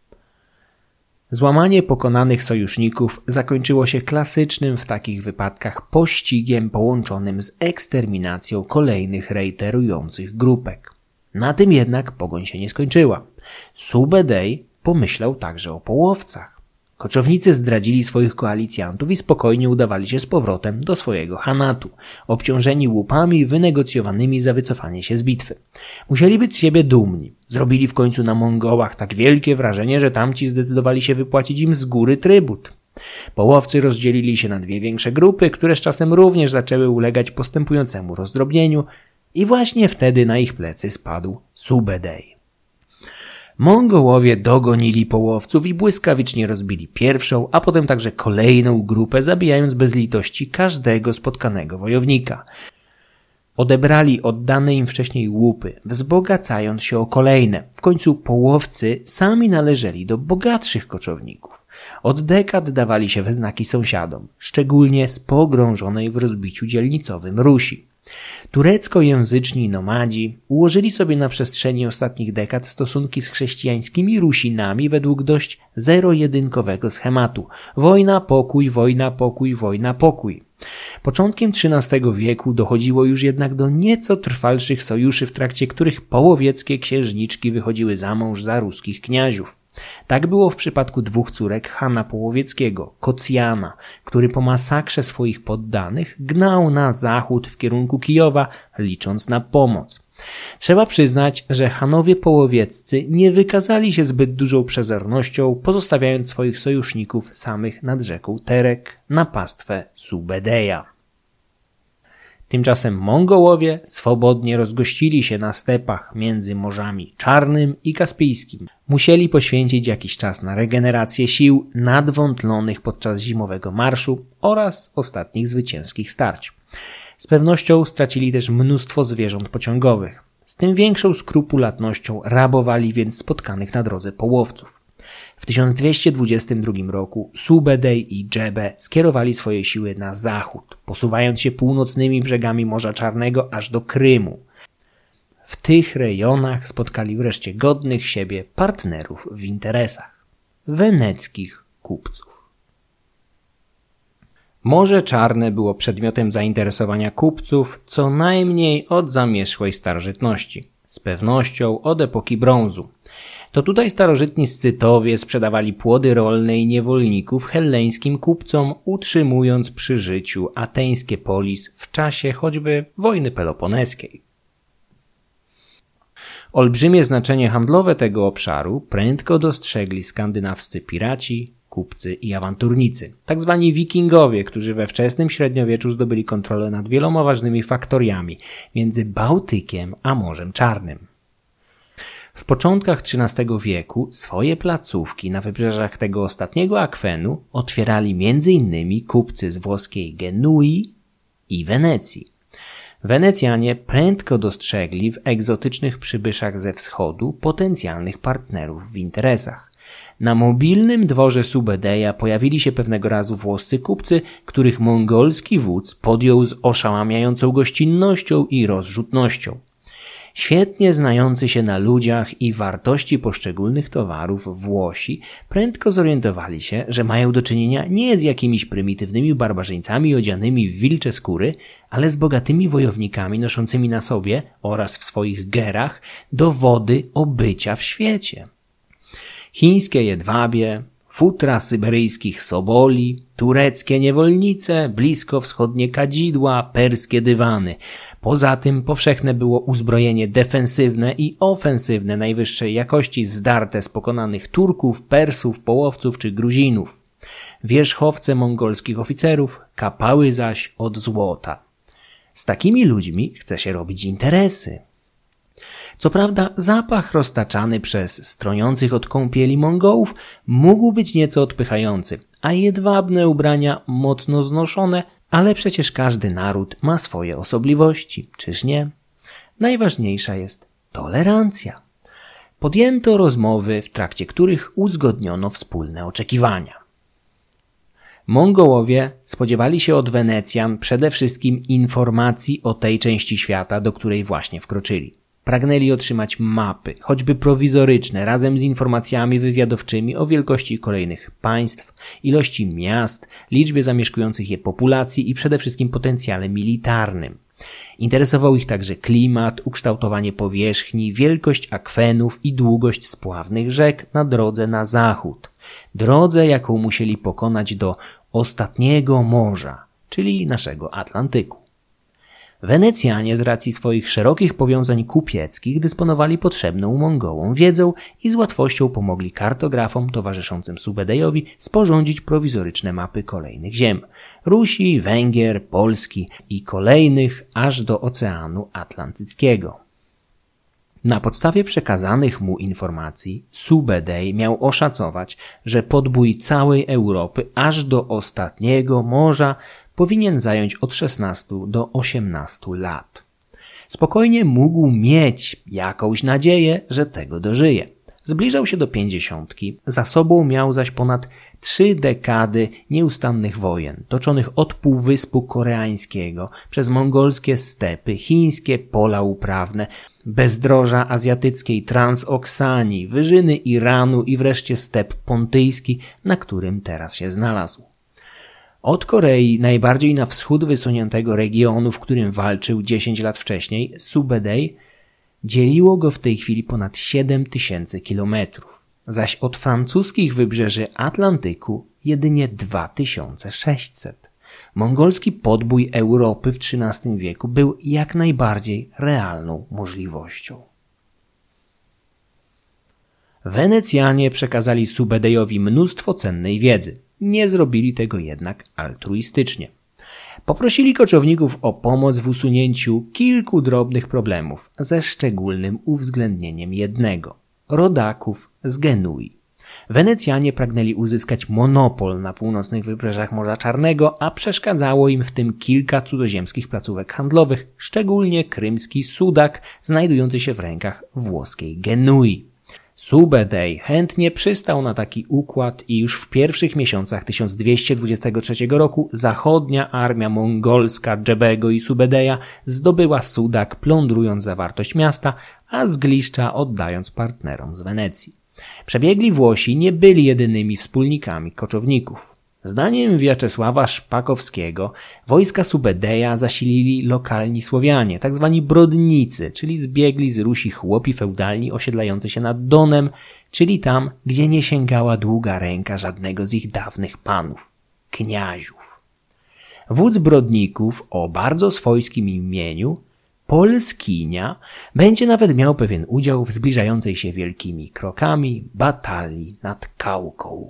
Złamanie pokonanych sojuszników zakończyło się klasycznym w takich wypadkach pościgiem połączonym z eksterminacją kolejnych reiterujących grupek. Na tym jednak pogoń się nie skończyła. Subedej pomyślał także o połowcach. Koczownicy zdradzili swoich koalicjantów i spokojnie udawali się z powrotem do swojego chanatu, obciążeni łupami wynegocjowanymi za wycofanie się z bitwy. Musieli być z siebie dumni. Zrobili w końcu na Mongołach tak wielkie wrażenie, że tamci zdecydowali się wypłacić im z góry trybut. Połowcy rozdzielili się na dwie większe grupy, które z czasem również zaczęły ulegać postępującemu rozdrobnieniu i właśnie wtedy na ich plecy spadł Subedej. Mongołowie dogonili połowców i błyskawicznie rozbili pierwszą, a potem także kolejną grupę, zabijając bez litości każdego spotkanego wojownika. Odebrali oddane im wcześniej łupy, wzbogacając się o kolejne. W końcu połowcy sami należeli do bogatszych koczowników. Od dekad dawali się we znaki sąsiadom, szczególnie z pogrążonej w rozbiciu dzielnicowym Rusi. Tureckojęzyczni nomadzi ułożyli sobie na przestrzeni ostatnich dekad stosunki z chrześcijańskimi Rusinami według dość zero-jedynkowego schematu. Wojna, pokój, wojna, pokój, wojna, pokój. Początkiem XIII wieku dochodziło już jednak do nieco trwalszych sojuszy, w trakcie których połowieckie księżniczki wychodziły za mąż za ruskich kniaziów. Tak było w przypadku dwóch córek Hana Połowieckiego, Kocjana, który po masakrze swoich poddanych gnał na zachód w kierunku Kijowa, licząc na pomoc. Trzeba przyznać, że Hanowie Połowieccy nie wykazali się zbyt dużą przezornością, pozostawiając swoich sojuszników samych nad rzeką Terek na pastwę Subedeja. Tymczasem Mongołowie swobodnie rozgościli się na stepach między Morzami Czarnym i Kaspijskim. Musieli poświęcić jakiś czas na regenerację sił nadwątlonych podczas zimowego marszu oraz ostatnich zwycięskich starć. Z pewnością stracili też mnóstwo zwierząt pociągowych. Z tym większą skrupulatnością rabowali więc spotkanych na drodze połowców. W 1222 roku Subedej i Dżebe skierowali swoje siły na zachód, posuwając się północnymi brzegami Morza Czarnego aż do Krymu. W tych rejonach spotkali wreszcie godnych siebie partnerów w interesach – weneckich kupców. Morze Czarne było przedmiotem zainteresowania kupców co najmniej od zamierzchłej starożytności, z pewnością od epoki brązu. To tutaj starożytni Scytowie sprzedawali płody rolne i niewolników helleńskim kupcom, utrzymując przy życiu ateńskie polis w czasie choćby wojny peloponeskiej. Olbrzymie znaczenie handlowe tego obszaru prędko dostrzegli skandynawscy piraci, kupcy i awanturnicy, tak zwani wikingowie, którzy we wczesnym średniowieczu zdobyli kontrolę nad wieloma ważnymi faktoriami między Bałtykiem a Morzem Czarnym. W początkach XIII wieku swoje placówki na wybrzeżach tego ostatniego akwenu otwierali m.in. kupcy z włoskiej Genui i Wenecji. Wenecjanie prędko dostrzegli w egzotycznych przybyszach ze wschodu potencjalnych partnerów w interesach. Na mobilnym dworze Subedeja pojawili się pewnego razu włoscy kupcy, których mongolski wódz podjął z oszałamiającą gościnnością i rozrzutnością. Świetnie znający się na ludziach i wartości poszczególnych towarów Włosi prędko zorientowali się, że mają do czynienia nie z jakimiś prymitywnymi barbarzyńcami odzianymi w wilcze skóry, ale z bogatymi wojownikami noszącymi na sobie oraz w swoich gerach dowody obycia w świecie. Chińskie jedwabie, futra syberyjskich soboli, tureckie niewolnice, bliskowschodnie kadzidła, perskie dywany. Poza tym powszechne było uzbrojenie defensywne i ofensywne najwyższej jakości zdarte z pokonanych Turków, Persów, Połowców czy Gruzinów. Wierzchowce mongolskich oficerów kapały zaś od złota. Z takimi ludźmi chce się robić interesy. Co prawda zapach roztaczany przez stroniących od kąpieli Mongołów mógł być nieco odpychający, a jedwabne ubrania mocno znoszone, ale przecież każdy naród ma swoje osobliwości, czyż nie? Najważniejsza jest tolerancja. Podjęto rozmowy, w trakcie których uzgodniono wspólne oczekiwania. Mongołowie spodziewali się od Wenecjan przede wszystkim informacji o tej części świata, do której właśnie wkroczyli. Pragnęli otrzymać mapy, choćby prowizoryczne, razem z informacjami wywiadowczymi o wielkości kolejnych państw, ilości miast, liczbie zamieszkujących je populacji i przede wszystkim potencjale militarnym. Interesował ich także klimat, ukształtowanie powierzchni, wielkość akwenów i długość spławnych rzek na drodze na zachód. Drodze, jaką musieli pokonać do ostatniego morza, czyli naszego Atlantyku. Wenecjanie z racji swoich szerokich powiązań kupieckich dysponowali potrzebną Mongołom wiedzą i z łatwością pomogli kartografom towarzyszącym Subedejowi sporządzić prowizoryczne mapy kolejnych ziem – Rusi, Węgier, Polski i kolejnych aż do Oceanu Atlantyckiego. Na podstawie przekazanych mu informacji Subedej miał oszacować, że podbój całej Europy aż do ostatniego morza powinien zająć od 16 do 18 lat. Spokojnie mógł mieć jakąś nadzieję, że tego dożyje. Zbliżał się do 50, za sobą miał zaś ponad 3 dekady nieustannych wojen, toczonych od Półwyspu Koreańskiego, przez mongolskie stepy, chińskie pola uprawne, bezdroża azjatyckiej Transoksanii, wyżyny Iranu i wreszcie step pontyjski, na którym teraz się znalazł. Od Korei, najbardziej na wschód wysuniętego regionu, w którym walczył 10 lat wcześniej, Subedej, dzieliło go w tej chwili ponad 7000 kilometrów, zaś od francuskich wybrzeży Atlantyku jedynie 2600. Mongolski podbój Europy w XIII wieku był jak najbardziej realną możliwością. Wenecjanie przekazali Subedejowi mnóstwo cennej wiedzy. Nie zrobili tego jednak altruistycznie. Poprosili koczowników o pomoc w usunięciu kilku drobnych problemów, ze szczególnym uwzględnieniem jednego – rodaków z Genui. Wenecjanie pragnęli uzyskać monopol na północnych wybrzeżach Morza Czarnego, a przeszkadzało im w tym kilka cudzoziemskich placówek handlowych, szczególnie krymski Sudak, znajdujący się w rękach włoskiej Genui. Subedej chętnie przystał na taki układ i już w pierwszych miesiącach 1223 roku zachodnia armia mongolska Dżebego i Subedeja zdobyła Sudak, plądrując zawartość miasta, a zgliszcza oddając partnerom z Wenecji. Przebiegli Włosi nie byli jedynymi wspólnikami koczowników. Zdaniem Wiaczesława Szpakowskiego wojska Subedeja zasilili lokalni Słowianie, tzw. brodnicy, czyli zbiegli z Rusi chłopi feudalni osiedlający się nad Donem, czyli tam, gdzie nie sięgała długa ręka żadnego z ich dawnych panów, kniaziów. Wódz brodników o bardzo swojskim imieniu, Polskinia, będzie nawet miał pewien udział w zbliżającej się wielkimi krokami batalii nad Kałką.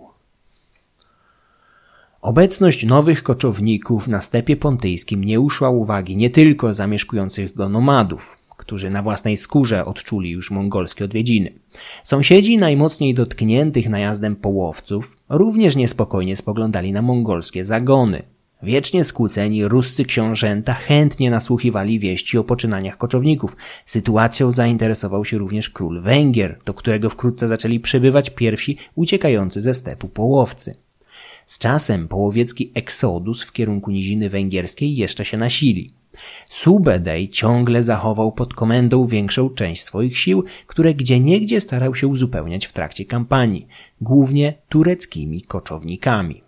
Obecność nowych koczowników na stepie pontyjskim nie uszła uwagi nie tylko zamieszkujących go nomadów, którzy na własnej skórze odczuli już mongolskie odwiedziny. Sąsiedzi najmocniej dotkniętych najazdem połowców również niespokojnie spoglądali na mongolskie zagony. Wiecznie skłóceni ruscy książęta chętnie nasłuchiwali wieści o poczynaniach koczowników. Sytuacją zainteresował się również król Węgier, do którego wkrótce zaczęli przybywać pierwsi uciekający ze stepu połowcy. Z czasem połowiecki eksodus w kierunku niziny węgierskiej jeszcze się nasili. Subedej ciągle zachował pod komendą większą część swoich sił, które gdzieniegdzie starał się uzupełniać w trakcie kampanii, głównie tureckimi koczownikami.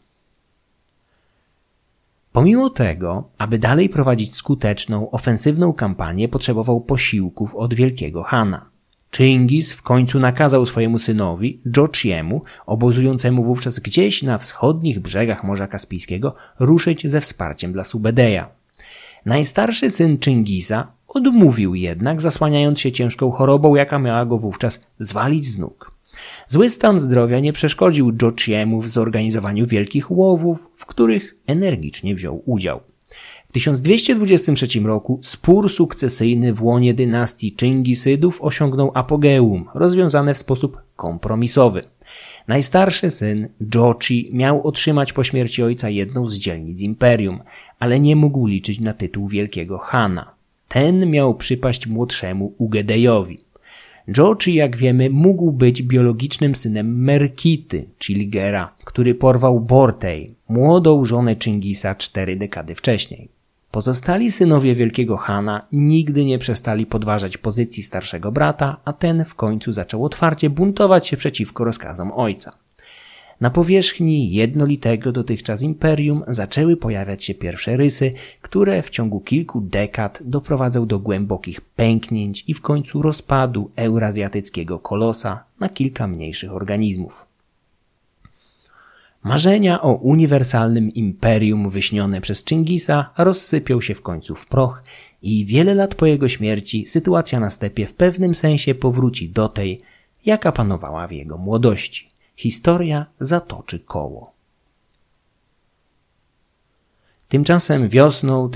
Pomimo tego, aby dalej prowadzić skuteczną, ofensywną kampanię, potrzebował posiłków od wielkiego Hana. Chingis w końcu nakazał swojemu synowi, Jochiemu, obozującemu wówczas gdzieś na wschodnich brzegach Morza Kaspijskiego, ruszyć ze wsparciem dla Subedeja. Najstarszy syn Chingisa odmówił jednak, zasłaniając się ciężką chorobą, jaka miała go wówczas zwalić z nóg. Zły stan zdrowia nie przeszkodził Jochiemu w zorganizowaniu wielkich łowów, w których energicznie wziął udział. W 1223 roku spór sukcesyjny w łonie dynastii Chingisydów osiągnął apogeum, rozwiązane w sposób kompromisowy. Najstarszy syn, Jochi, miał otrzymać po śmierci ojca jedną z dzielnic imperium, ale nie mógł liczyć na tytuł wielkiego Hana. Ten miał przypaść młodszemu Ugedejowi. Jochi, jak wiemy, mógł być biologicznym synem Merkity, Chilgera, który porwał Bortej, młodą żonę Chingisa 4 dekady wcześniej. Pozostali synowie wielkiego Hana nigdy nie przestali podważać pozycji starszego brata, a ten w końcu zaczął otwarcie buntować się przeciwko rozkazom ojca. Na powierzchni jednolitego dotychczas imperium zaczęły pojawiać się pierwsze rysy, które w ciągu kilku dekad doprowadzą do głębokich pęknięć i w końcu rozpadu eurazjatyckiego kolosa na kilka mniejszych organizmów. Marzenia o uniwersalnym imperium wyśnione przez Chingisa rozsypią się w końcu w proch i wiele lat po jego śmierci sytuacja na stepie w pewnym sensie powróci do tej, jaka panowała w jego młodości. Historia zatoczy koło. Tymczasem wiosną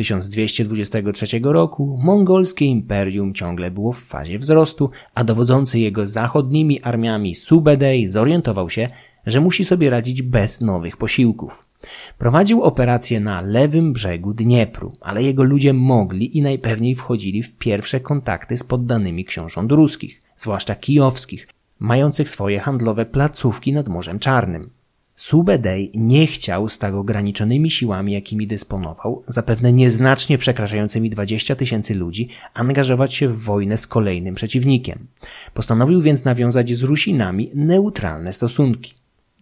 1223 roku mongolskie imperium ciągle było w fazie wzrostu, a dowodzący jego zachodnimi armiami Subedej zorientował się, że musi sobie radzić bez nowych posiłków. Prowadził operacje na lewym brzegu Dniepru, ale jego ludzie mogli i najpewniej wchodzili w pierwsze kontakty z poddanymi książąt ruskich, zwłaszcza kijowskich, mających swoje handlowe placówki nad Morzem Czarnym. Subedej nie chciał z tak ograniczonymi siłami, jakimi dysponował, zapewne nieznacznie przekraczającymi 20 000 ludzi, angażować się w wojnę z kolejnym przeciwnikiem. Postanowił więc nawiązać z Rusinami neutralne stosunki.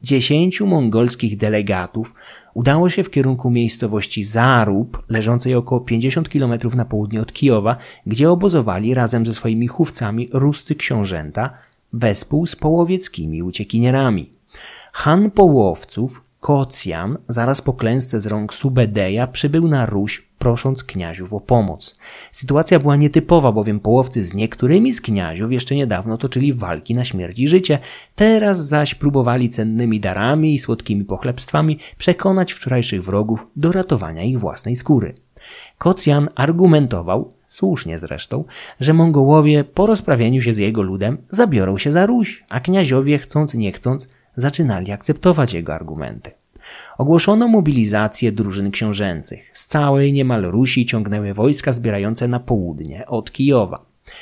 10 mongolskich delegatów udało się w kierunku miejscowości Zarub, leżącej około 50 km na południe od Kijowa, gdzie obozowali razem ze swoimi chówcami ruscy książęta, wespół z połowieckimi uciekinierami. Han połowców, Kocjan, zaraz po klęsce z rąk Subedeja przybył na Ruś, prosząc kniaziów o pomoc. Sytuacja była nietypowa, bowiem połowcy z niektórymi z kniaziów jeszcze niedawno toczyli walki na śmierć i życie, teraz zaś próbowali cennymi darami i słodkimi pochlebstwami przekonać wczorajszych wrogów do ratowania ich własnej skóry. Kocjan argumentował, słusznie zresztą, że Mongołowie po rozprawieniu się z jego ludem zabiorą się za Ruś, a kniaziowie, chcąc nie chcąc, zaczynali akceptować jego argumenty. Ogłoszono mobilizację drużyn książęcych. Z całej niemal Rusi ciągnęły wojska zbierające na południe od Kijowa.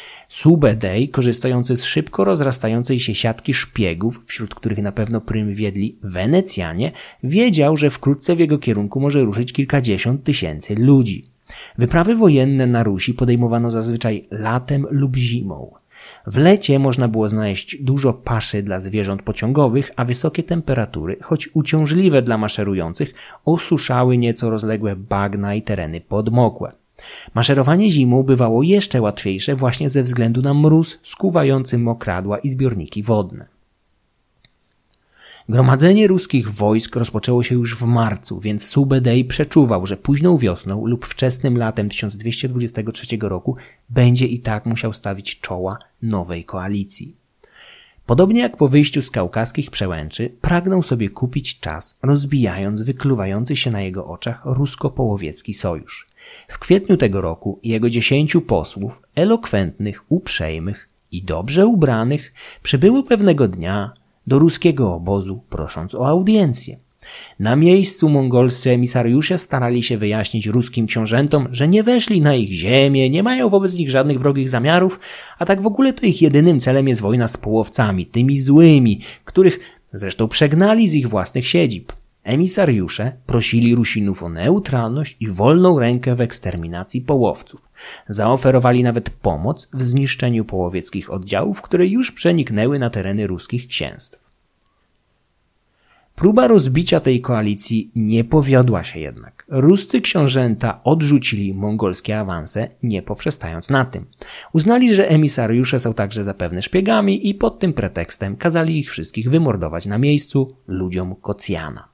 Subedej, korzystający z szybko rozrastającej się siatki szpiegów, wśród których na pewno prym wiedli Wenecjanie, wiedział, że wkrótce w jego kierunku może ruszyć kilkadziesiąt tysięcy ludzi. Wyprawy wojenne na Rusi podejmowano zazwyczaj latem lub zimą. W lecie można było znaleźć dużo paszy dla zwierząt pociągowych, a wysokie temperatury, choć uciążliwe dla maszerujących, osuszały nieco rozległe bagna i tereny podmokłe. Maszerowanie zimą bywało jeszcze łatwiejsze właśnie ze względu na mróz skuwający mokradła i zbiorniki wodne. Gromadzenie ruskich wojsk rozpoczęło się już w marcu, więc Subedej przeczuwał, że późną wiosną lub wczesnym latem 1223 roku będzie i tak musiał stawić czoła nowej koalicji. Podobnie jak po wyjściu z kaukaskich przełęczy, pragnął sobie kupić czas, rozbijając wykluwający się na jego oczach rusko-połowiecki sojusz. W kwietniu tego roku jego 10 posłów, elokwentnych, uprzejmych i dobrze ubranych, przybyło pewnego dnia do ruskiego obozu, prosząc o audiencję. Na miejscu mongolscy emisariusze starali się wyjaśnić ruskim książętom, że nie weszli na ich ziemię, nie mają wobec nich żadnych wrogich zamiarów, a tak w ogóle to ich jedynym celem jest wojna z połowcami, tymi złymi, których zresztą przegnali z ich własnych siedzib. Emisariusze prosili Rusinów o neutralność i wolną rękę w eksterminacji połowców. Zaoferowali nawet pomoc w zniszczeniu połowieckich oddziałów, które już przeniknęły na tereny ruskich księstw. Próba rozbicia tej koalicji nie powiodła się jednak. Ruscy książęta odrzucili mongolskie awanse, nie poprzestając na tym. Uznali, że emisariusze są także zapewne szpiegami i pod tym pretekstem kazali ich wszystkich wymordować na miejscu ludziom Kocjana.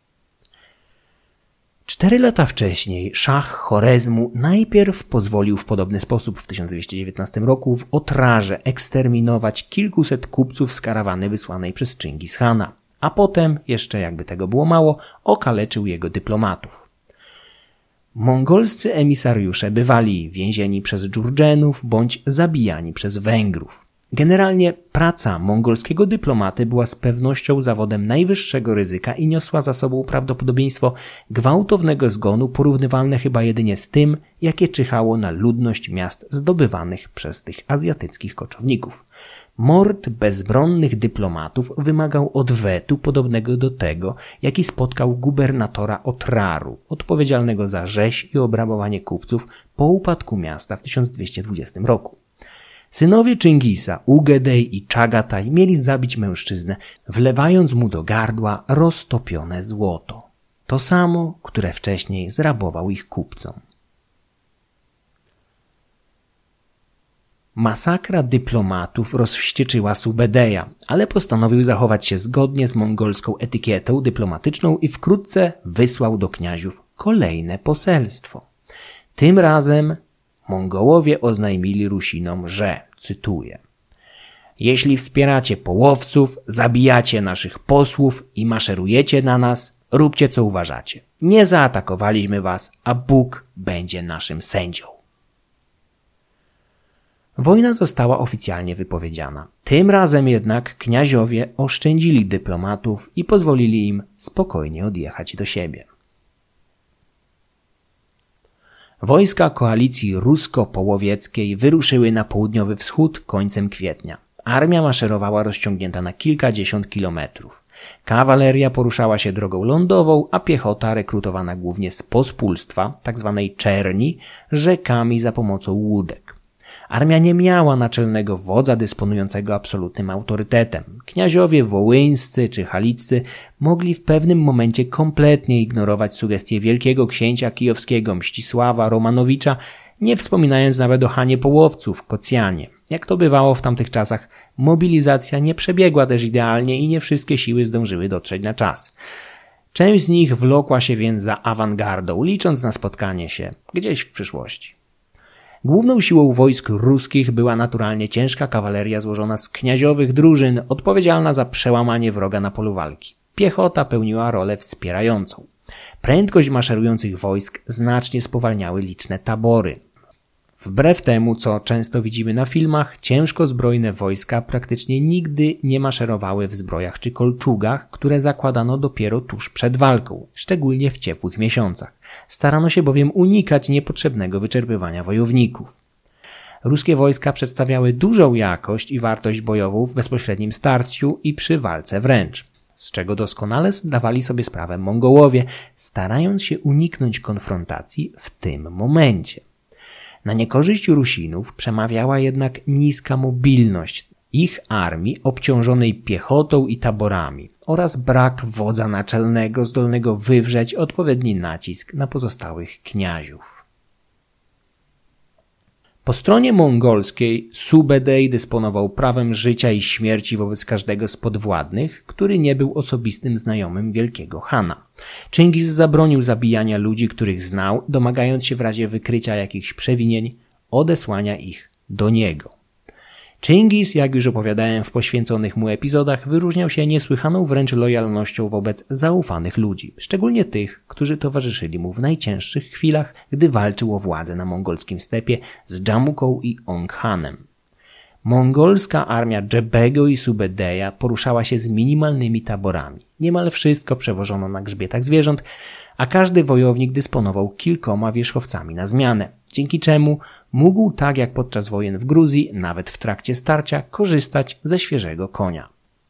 4 lata wcześniej szach Chorezmu najpierw pozwolił w podobny sposób w 1219 roku w Otrarze eksterminować kilkuset kupców z karawany wysłanej przez Czingis Hana, a potem, jeszcze jakby tego było mało, okaleczył jego dyplomatów. Mongolscy emisariusze bywali więzieni przez Dżurdżenów bądź zabijani przez Węgrów. Generalnie praca mongolskiego dyplomaty była z pewnością zawodem najwyższego ryzyka i niosła za sobą prawdopodobieństwo gwałtownego zgonu porównywalne chyba jedynie z tym, jakie czyhało na ludność miast zdobywanych przez tych azjatyckich koczowników. Mord bezbronnych dyplomatów wymagał odwetu podobnego do tego, jaki spotkał gubernatora Otraru, odpowiedzialnego za rzeź i obrabowanie kupców po upadku miasta w 1220 roku. Synowie Czingisa, Ugedej i Czagataj mieli zabić mężczyznę, wlewając mu do gardła roztopione złoto. To samo, które wcześniej zrabował ich kupcom. Masakra dyplomatów rozwścieczyła Subedeja, ale postanowił zachować się zgodnie z mongolską etykietą dyplomatyczną i wkrótce wysłał do kniaziów kolejne poselstwo. Tym razem Mongołowie oznajmili Rusinom, że, cytuję: jeśli wspieracie połowców, zabijacie naszych posłów i maszerujecie na nas, róbcie co uważacie. Nie zaatakowaliśmy was, a Bóg będzie naszym sędzią. Wojna została oficjalnie wypowiedziana. Tym razem jednak kniaziowie oszczędzili dyplomatów i pozwolili im spokojnie odjechać do siebie. Wojska koalicji rusko-połowieckiej wyruszyły na południowy wschód końcem kwietnia. Armia maszerowała rozciągnięta na kilkadziesiąt kilometrów. Kawaleria poruszała się drogą lądową, a piechota rekrutowana głównie z pospólstwa, tzw. czerni, rzekami za pomocą łódek. Armia nie miała naczelnego wodza dysponującego absolutnym autorytetem. Kniaziowie wołyńscy czy haliccy mogli w pewnym momencie kompletnie ignorować sugestie wielkiego księcia kijowskiego Mścisława Romanowicza, nie wspominając nawet o Hanie Połowców, Kocjanie. Jak to bywało w tamtych czasach, mobilizacja nie przebiegła też idealnie i nie wszystkie siły zdążyły dotrzeć na czas. Część z nich wlokła się więc za awangardą, licząc na spotkanie się gdzieś w przyszłości. Główną siłą wojsk ruskich była naturalnie ciężka kawaleria złożona z kniaziowych drużyn, odpowiedzialna za przełamanie wroga na polu walki. Piechota pełniła rolę wspierającą. Prędkość maszerujących wojsk znacznie spowalniały liczne tabory. Wbrew temu, co często widzimy na filmach, ciężko zbrojne wojska praktycznie nigdy nie maszerowały w zbrojach czy kolczugach, które zakładano dopiero tuż przed walką, szczególnie w ciepłych miesiącach. Starano się bowiem unikać niepotrzebnego wyczerpywania wojowników. Ruskie wojska przedstawiały dużą jakość i wartość bojową w bezpośrednim starciu i przy walce wręcz, z czego doskonale zdawali sobie sprawę Mongołowie, starając się uniknąć konfrontacji w tym momencie. Na niekorzyść Rusinów przemawiała jednak niska mobilność ich armii obciążonej piechotą i taborami oraz brak wodza naczelnego zdolnego wywrzeć odpowiedni nacisk na pozostałych kniaziów. Po stronie mongolskiej Subedej dysponował prawem życia i śmierci wobec każdego z podwładnych, który nie był osobistym znajomym wielkiego Hana. Czingis zabronił zabijania ludzi, których znał, domagając się w razie wykrycia jakichś przewinień odesłania ich do niego. Chingis, jak już opowiadałem w poświęconych mu epizodach, wyróżniał się niesłychaną wręcz lojalnością wobec zaufanych ludzi, szczególnie tych, którzy towarzyszyli mu w najcięższych chwilach, gdy walczył o władzę na mongolskim stepie z Dżamuką i Onghanem. Mongolska armia Dżebego i Subedeja poruszała się z minimalnymi taborami. Niemal wszystko przewożono na grzbietach zwierząt, a każdy wojownik dysponował kilkoma wierzchowcami na zmianę, dzięki czemu mógł, tak jak podczas wojen w Gruzji, nawet w trakcie starcia, korzystać ze świeżego konia.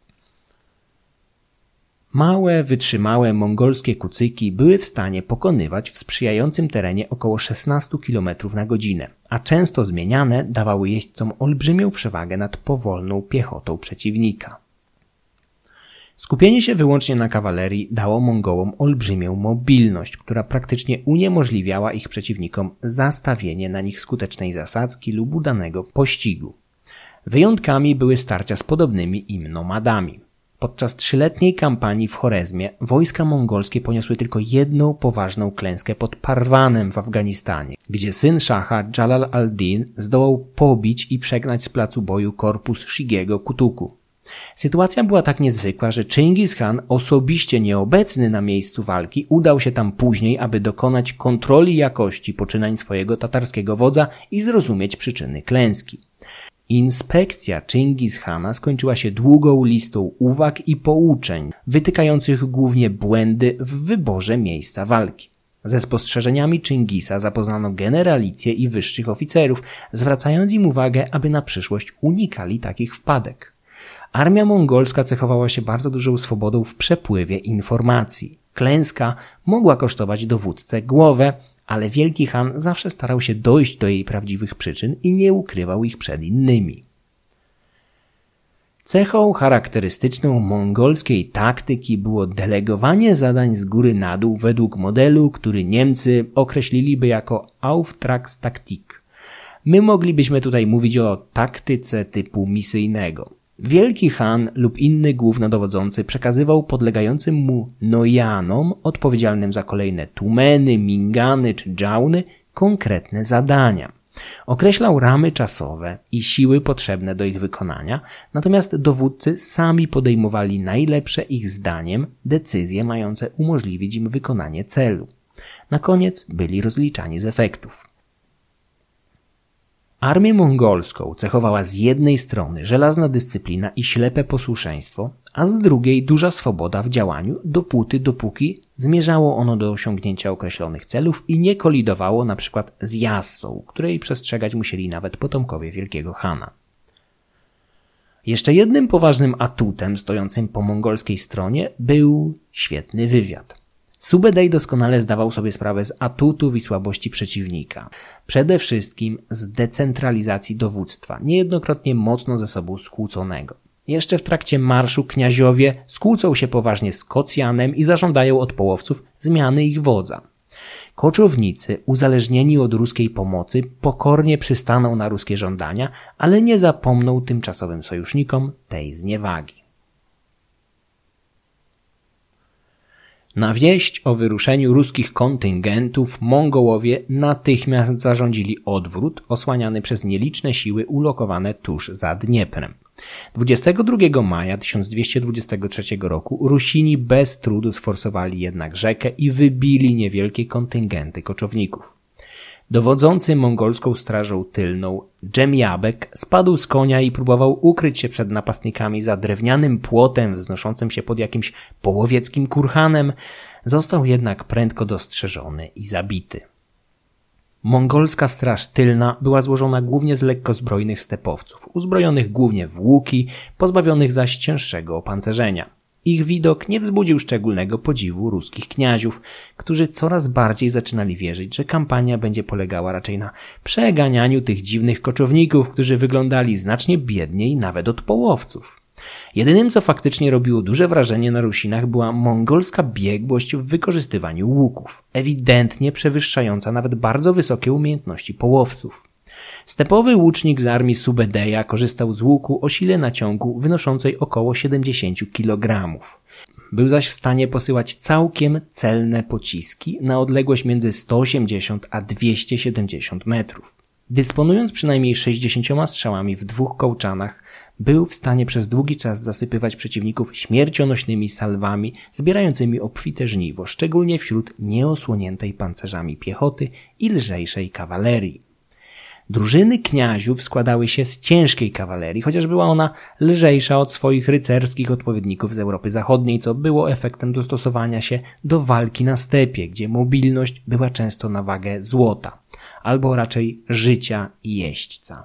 Małe, wytrzymałe mongolskie kucyki były w stanie pokonywać w sprzyjającym terenie około 16 km na godzinę, a często zmieniane dawały jeźdźcom olbrzymią przewagę nad powolną piechotą przeciwnika. Skupienie się wyłącznie na kawalerii dało Mongołom olbrzymią mobilność, która praktycznie uniemożliwiała ich przeciwnikom zastawienie na nich skutecznej zasadzki lub udanego pościgu. Wyjątkami były starcia z podobnymi im nomadami. Podczas 3-letniej kampanii w Chorezmie wojska mongolskie poniosły tylko jedną poważną klęskę pod Parwanem w Afganistanie, gdzie syn szacha Jalal al-Din zdołał pobić i przegnać z placu boju korpus Shigiego Kutuku. Sytuacja była tak niezwykła, że Chingis Khan, osobiście nieobecny na miejscu walki, udał się tam później, aby dokonać kontroli jakości poczynań swojego tatarskiego wodza i zrozumieć przyczyny klęski. Inspekcja Chingis Khana skończyła się długą listą uwag i pouczeń, wytykających głównie błędy w wyborze miejsca walki. Ze spostrzeżeniami Chingisa zapoznano generalicję i wyższych oficerów, zwracając im uwagę, aby na przyszłość unikali takich wpadek. Armia mongolska cechowała się bardzo dużą swobodą w przepływie informacji. Klęska mogła kosztować dowódcę głowę, ale Wielki Khan zawsze starał się dojść do jej prawdziwych przyczyn i nie ukrywał ich przed innymi. Cechą charakterystyczną mongolskiej taktyki było delegowanie zadań z góry na dół według modelu, który Niemcy określiliby jako Auftragstaktik. My moglibyśmy tutaj mówić o taktyce typu misyjnego. Wielki Khan lub inny głównodowodzący przekazywał podlegającym mu nojanom odpowiedzialnym za kolejne tumeny, mingany czy dżauny konkretne zadania. Określał ramy czasowe i siły potrzebne do ich wykonania, natomiast dowódcy sami podejmowali najlepsze ich zdaniem decyzje mające umożliwić im wykonanie celu. Na koniec byli rozliczani z efektów. Armię mongolską cechowała z jednej strony żelazna dyscyplina i ślepe posłuszeństwo, a z drugiej duża swoboda w działaniu, dopóki zmierzało ono do osiągnięcia określonych celów i nie kolidowało na przykład z Jassą, której przestrzegać musieli nawet potomkowie Wielkiego Khana. Jeszcze jednym poważnym atutem stojącym po mongolskiej stronie był świetny wywiad. Subedej doskonale zdawał sobie sprawę z atutów i słabości przeciwnika. Przede wszystkim z decentralizacji dowództwa, niejednokrotnie mocno ze sobą skłóconego. Jeszcze w trakcie marszu kniaziowie skłócą się poważnie z Kocjanem i zażądają od połowców zmiany ich wodza. Koczownicy, uzależnieni od ruskiej pomocy, pokornie przystaną na ruskie żądania, ale nie zapomną tymczasowym sojusznikom tej zniewagi. Na wieść o wyruszeniu ruskich kontyngentów Mongołowie natychmiast zarządzili odwrót, osłaniany przez nieliczne siły ulokowane tuż za Dnieprem. 22 maja 1223 roku Rusini bez trudu sforsowali jednak rzekę i wybili niewielkie kontyngenty koczowników. Dowodzący mongolską strażą tylną Dżemjabek spadł z konia i próbował ukryć się przed napastnikami za drewnianym płotem wznoszącym się pod jakimś połowieckim kurhanem, został jednak prędko dostrzeżony i zabity. Mongolska straż tylna była złożona głównie z lekkozbrojnych stepowców, uzbrojonych głównie w łuki, pozbawionych zaś cięższego opancerzenia. Ich widok nie wzbudził szczególnego podziwu ruskich kniaziów, którzy coraz bardziej zaczynali wierzyć, że kampania będzie polegała raczej na przeganianiu tych dziwnych koczowników, którzy wyglądali znacznie biedniej nawet od połowców. Jedynym, co faktycznie robiło duże wrażenie na Rusinach, była mongolska biegłość w wykorzystywaniu łuków, ewidentnie przewyższająca nawet bardzo wysokie umiejętności połowców. Stepowy łucznik z armii Subedeja korzystał z łuku o sile naciągu wynoszącej około 70 kg. Był zaś w stanie posyłać całkiem celne pociski na odległość między 180 a 270 metrów. Dysponując przynajmniej 60 strzałami w 2 kołczanach, był w stanie przez długi czas zasypywać przeciwników śmiercionośnymi salwami zbierającymi obfite żniwo, szczególnie wśród nieosłoniętej pancerzami piechoty i lżejszej kawalerii. Drużyny kniaziów składały się z ciężkiej kawalerii, chociaż była ona lżejsza od swoich rycerskich odpowiedników z Europy Zachodniej, co było efektem dostosowania się do walki na stepie, gdzie mobilność była często na wagę złota, albo raczej życia jeźdźca.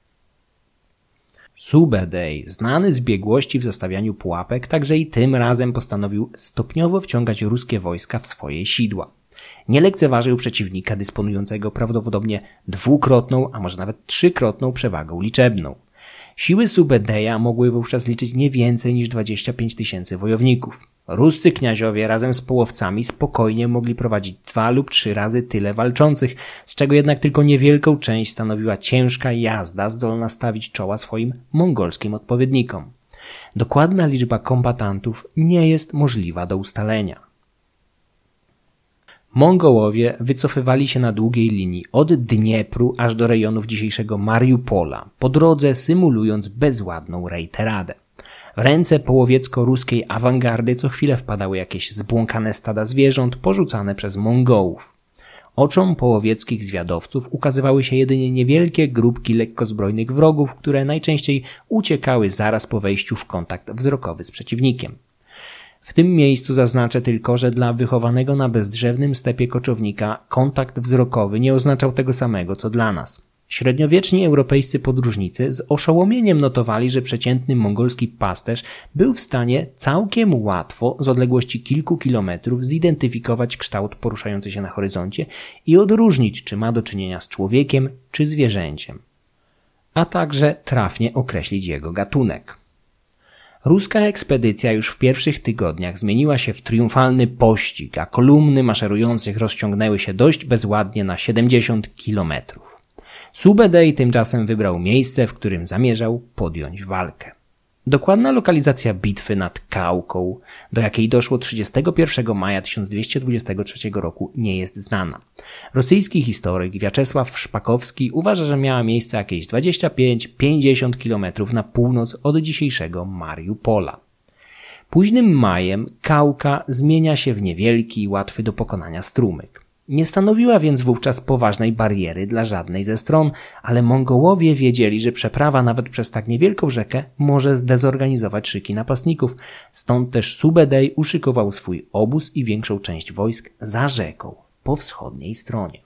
Subedej, znany z biegłości w zastawianiu pułapek, także i tym razem postanowił stopniowo wciągać ruskie wojska w swoje sidła. Nie lekceważył przeciwnika dysponującego prawdopodobnie 2-krotną, a może nawet 3-krotną przewagą liczebną. Siły Subedeja mogły wówczas liczyć nie więcej niż 25 000 wojowników. Ruscy kniaziowie razem z połowcami spokojnie mogli prowadzić 2 lub 3 razy tyle walczących, z czego jednak tylko niewielką część stanowiła ciężka jazda zdolna stawić czoła swoim mongolskim odpowiednikom. Dokładna liczba kombatantów nie jest możliwa do ustalenia. Mongołowie wycofywali się na długiej linii od Dniepru aż do rejonów dzisiejszego Mariupola, po drodze symulując bezładną rejteradę. W ręce połowiecko-ruskiej awangardy co chwilę wpadały jakieś zbłąkane stada zwierząt porzucane przez Mongołów. Oczom połowieckich zwiadowców ukazywały się jedynie niewielkie grupki lekkozbrojnych wrogów, które najczęściej uciekały zaraz po wejściu w kontakt wzrokowy z przeciwnikiem. W tym miejscu zaznaczę tylko, że dla wychowanego na bezdrzewnym stepie koczownika kontakt wzrokowy nie oznaczał tego samego, co dla nas. Średniowieczni europejscy podróżnicy z oszołomieniem notowali, że przeciętny mongolski pasterz był w stanie całkiem łatwo z odległości kilku kilometrów zidentyfikować kształt poruszający się na horyzoncie i odróżnić, czy ma do czynienia z człowiekiem, czy zwierzęciem, a także trafnie określić jego gatunek. Ruska ekspedycja już w pierwszych tygodniach zmieniła się w triumfalny pościg, a kolumny maszerujących rozciągnęły się dość bezładnie na 70 kilometrów. Subedej tymczasem wybrał miejsce, w którym zamierzał podjąć walkę. Dokładna lokalizacja bitwy nad Kałką, do jakiej doszło 31 maja 1223 roku, nie jest znana. Rosyjski historyk Wiaczesław Szpakowski uważa, że miała miejsce jakieś 25-50 km na północ od dzisiejszego Mariupola. Późnym majem Kałka zmienia się w niewielki i łatwy do pokonania strumyk. Nie stanowiła więc wówczas poważnej bariery dla żadnej ze stron, ale Mongołowie wiedzieli, że przeprawa nawet przez tak niewielką rzekę może zdezorganizować szyki napastników, stąd też Subedej uszykował swój obóz i większą część wojsk za rzeką, po wschodniej stronie.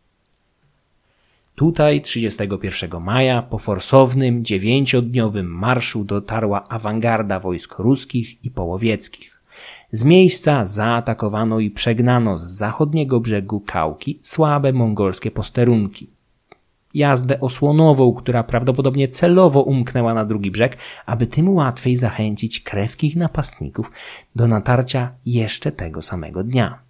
Tutaj 31 maja po forsownym 9-dniowym marszu dotarła awangarda wojsk ruskich i połowieckich. Z miejsca zaatakowano i przegnano z zachodniego brzegu Kałki słabe mongolskie posterunki. Jazdę osłonową, która prawdopodobnie celowo umknęła na drugi brzeg, aby tym łatwiej zachęcić krewkich napastników do natarcia jeszcze tego samego dnia.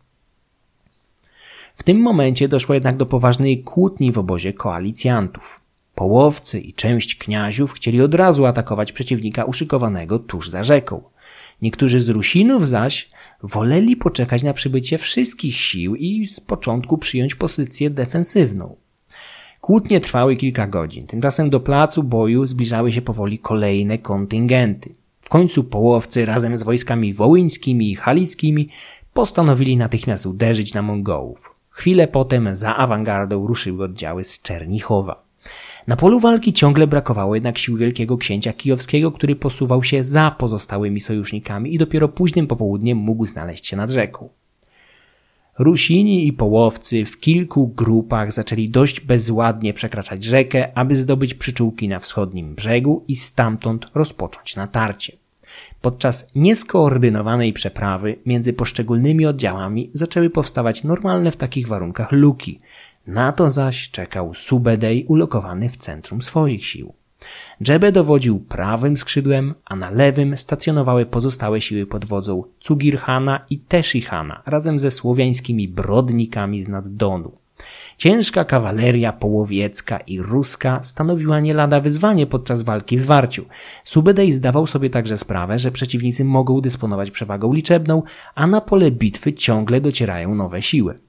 W tym momencie doszło jednak do poważnej kłótni w obozie koalicjantów. Połowcy i część kniaziów chcieli od razu atakować przeciwnika uszykowanego tuż za rzeką. Niektórzy z Rusinów zaś woleli poczekać na przybycie wszystkich sił i z początku przyjąć pozycję defensywną. Kłótnie trwały kilka godzin. Tymczasem do placu boju zbliżały się powoli kolejne kontyngenty. W końcu połowcy razem z wojskami wołyńskimi i halickimi postanowili natychmiast uderzyć na Mongołów. Chwilę potem za awangardą ruszyły oddziały z Czernichowa. Na polu walki ciągle brakowało jednak sił wielkiego księcia kijowskiego, który posuwał się za pozostałymi sojusznikami i dopiero późnym popołudniem mógł znaleźć się nad rzeką. Rusini i połowcy w kilku grupach zaczęli dość bezładnie przekraczać rzekę, aby zdobyć przyczółki na wschodnim brzegu i stamtąd rozpocząć natarcie. Podczas nieskoordynowanej przeprawy między poszczególnymi oddziałami zaczęły powstawać normalne w takich warunkach luki. Na to zaś czekał Subedej ulokowany w centrum swoich sił. Dżebe dowodził prawym skrzydłem, a na lewym stacjonowały pozostałe siły pod wodzą Cugir-Hana i Teshi-Hana razem ze słowiańskimi brodnikami z nad Donu. Ciężka kawaleria połowiecka i ruska stanowiła nie lada wyzwanie podczas walki w zwarciu. Subedej zdawał sobie także sprawę, że przeciwnicy mogą dysponować przewagą liczebną, a na pole bitwy ciągle docierają nowe siły.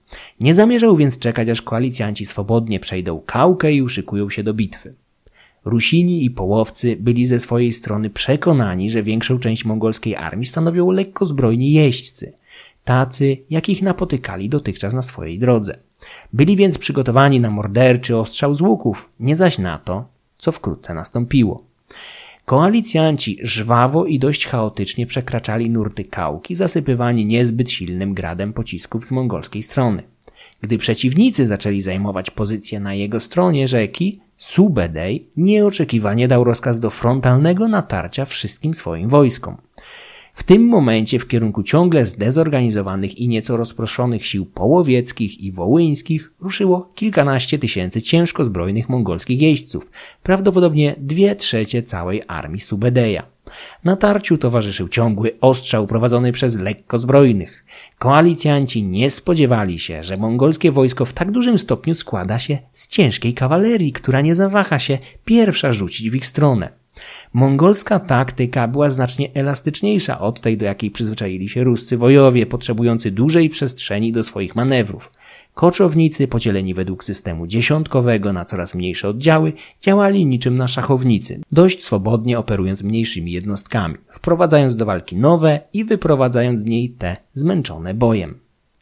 Nie zamierzał więc czekać, aż koalicjanci swobodnie przejdą Kałkę i uszykują się do bitwy. Rusini i połowcy byli ze swojej strony przekonani, że większą część mongolskiej armii stanowią lekkozbrojni jeźdźcy, tacy, jakich napotykali dotychczas na swojej drodze. Byli więc przygotowani na morderczy ostrzał z łuków, nie zaś na to, co wkrótce nastąpiło. Koalicjanci żwawo i dość chaotycznie przekraczali nurty Kałki, zasypywani niezbyt silnym gradem pocisków z mongolskiej strony. Gdy przeciwnicy zaczęli zajmować pozycję na jego stronie rzeki, Subedej nieoczekiwanie dał rozkaz do frontalnego natarcia wszystkim swoim wojskom. W tym momencie w kierunku ciągle zdezorganizowanych i nieco rozproszonych sił połowieckich i wołyńskich ruszyło kilkanaście tysięcy ciężko zbrojnych mongolskich jeźdźców, prawdopodobnie 2/3 całej armii Subedeja. Natarciu towarzyszył ciągły ostrzał prowadzony przez lekkozbrojnych. Koalicjanci nie spodziewali się, że mongolskie wojsko w tak dużym stopniu składa się z ciężkiej kawalerii, która nie zawaha się pierwsza rzucić w ich stronę. Mongolska taktyka była znacznie elastyczniejsza od tej, do jakiej przyzwyczaili się ruscy wojowie, potrzebujący dużej przestrzeni do swoich manewrów. Koczownicy, podzieleni według systemu dziesiątkowego na coraz mniejsze oddziały, działali niczym na szachownicy, dość swobodnie operując mniejszymi jednostkami, wprowadzając do walki nowe i wyprowadzając z niej te zmęczone bojem.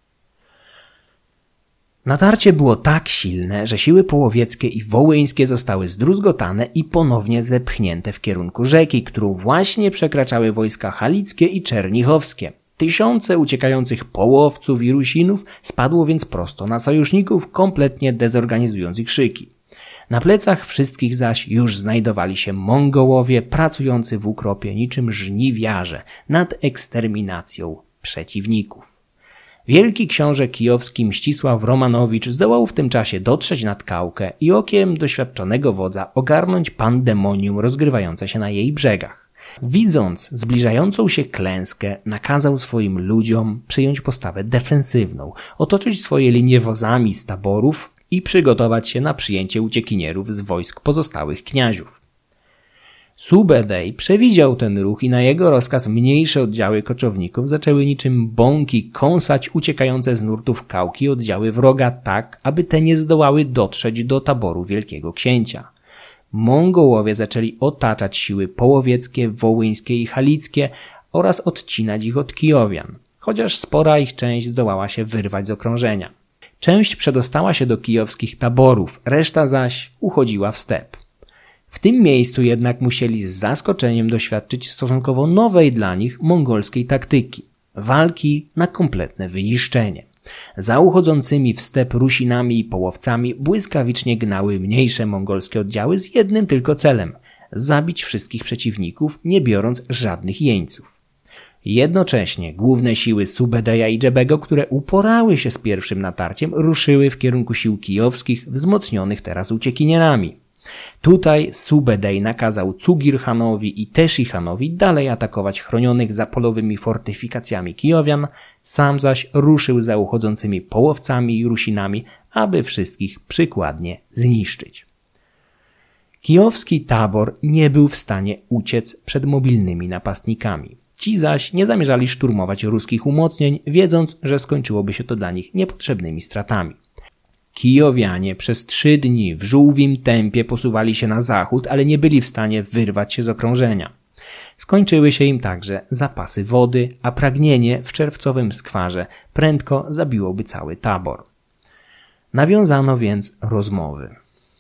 Natarcie było tak silne, że siły połowieckie i wołyńskie zostały zdruzgotane i ponownie zepchnięte w kierunku rzeki, którą właśnie przekraczały wojska halickie i czernichowskie. Tysiące uciekających połowców i Rusinów spadło więc prosto na sojuszników, kompletnie dezorganizując ich szyki. Na plecach wszystkich zaś już znajdowali się Mongołowie pracujący w ukropie niczym żniwiarze nad eksterminacją przeciwników. Wielki książę kijowski Mścisław Romanowicz zdołał w tym czasie dotrzeć nad Kałkę i okiem doświadczonego wodza ogarnąć pandemonium rozgrywające się na jej brzegach. Widząc zbliżającą się klęskę, nakazał swoim ludziom przyjąć postawę defensywną, otoczyć swoje linie wozami z taborów i przygotować się na przyjęcie uciekinierów z wojsk pozostałych kniaziów. Subedej przewidział ten ruch i na jego rozkaz mniejsze oddziały koczowników zaczęły niczym bąki kąsać uciekające z nurtów Kałki oddziały wroga tak, aby te nie zdołały dotrzeć do taboru Wielkiego Księcia. Mongołowie zaczęli otaczać siły połowieckie, wołyńskie i halickie oraz odcinać ich od Kijowian, chociaż spora ich część zdołała się wyrwać z okrążenia. Część przedostała się do kijowskich taborów, reszta zaś uchodziła w step. W tym miejscu jednak musieli z zaskoczeniem doświadczyć stosunkowo nowej dla nich mongolskiej taktyki – walki na kompletne wyniszczenie. Za uchodzącymi w step Rusinami i połowcami błyskawicznie gnały mniejsze mongolskie oddziały z jednym tylko celem – zabić wszystkich przeciwników, nie biorąc żadnych jeńców. Jednocześnie główne siły Subedeja i Dżebego, które uporały się z pierwszym natarciem, ruszyły w kierunku sił kijowskich wzmocnionych teraz uciekinierami. Tutaj Subedej nakazał Cugir-Hanowi i Teshi-Hanowi dalej atakować chronionych zapolowymi fortyfikacjami Kijowian, sam zaś ruszył za uchodzącymi połowcami i Rusinami, aby wszystkich przykładnie zniszczyć. Kijowski tabor nie był w stanie uciec przed mobilnymi napastnikami. Ci zaś nie zamierzali szturmować ruskich umocnień, wiedząc, że skończyłoby się to dla nich niepotrzebnymi stratami. Kijowianie przez 3 dni w żółwim tempie posuwali się na zachód, ale nie byli w stanie wyrwać się z okrążenia. Skończyły się im także zapasy wody, a pragnienie w czerwcowym skwarze prędko zabiłoby cały tabor. Nawiązano więc rozmowy.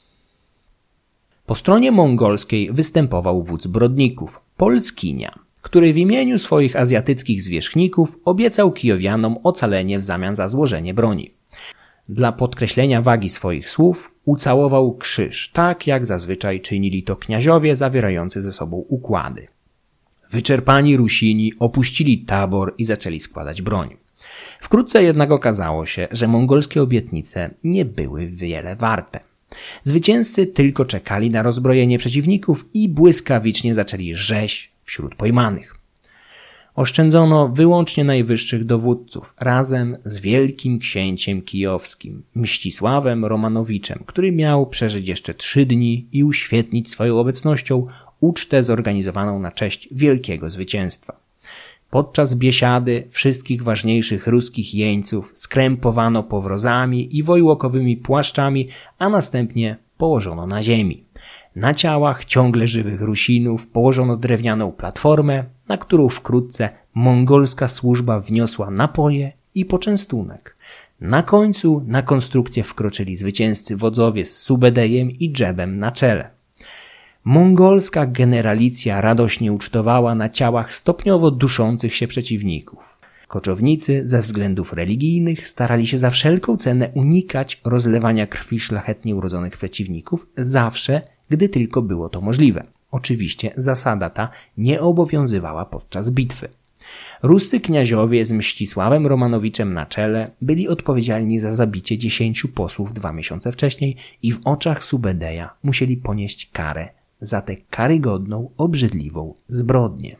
Po stronie mongolskiej występował wódz Brodników, Polskinia, który w imieniu swoich azjatyckich zwierzchników obiecał Kijowianom ocalenie w zamian za złożenie broni. Dla podkreślenia wagi swoich słów ucałował krzyż, tak jak zazwyczaj czynili to kniaziowie zawierający ze sobą układy. Wyczerpani Rusini opuścili tabor i zaczęli składać broń. Wkrótce jednak okazało się, że mongolskie obietnice nie były wiele warte. Zwycięzcy tylko czekali na rozbrojenie przeciwników i błyskawicznie zaczęli rzeź wśród pojmanych. Oszczędzono wyłącznie najwyższych dowódców razem z wielkim księciem kijowskim, Mścisławem Romanowiczem, który miał przeżyć jeszcze 3 dni i uświetnić swoją obecnością ucztę zorganizowaną na cześć wielkiego zwycięstwa. Podczas biesiady wszystkich ważniejszych ruskich jeńców skrępowano powrozami i wojłokowymi płaszczami, a następnie położono na ziemi. Na ciałach ciągle żywych Rusinów położono drewnianą platformę, na którą wkrótce mongolska służba wniosła napoje i poczęstunek. Na końcu na konstrukcję wkroczyli zwycięzcy wodzowie z Subedejem i Dżebem na czele. Mongolska generalicja radośnie ucztowała na ciałach stopniowo duszących się przeciwników. Koczownicy ze względów religijnych starali się za wszelką cenę unikać rozlewania krwi szlachetnie urodzonych przeciwników zawsze, gdy tylko było to możliwe. Oczywiście zasada ta nie obowiązywała podczas bitwy. Ruscy kniaziowie z Mścisławem Romanowiczem na czele byli odpowiedzialni za zabicie 10 posłów 2 miesiące wcześniej i w oczach Subedeja musieli ponieść karę za tę karygodną, obrzydliwą zbrodnię.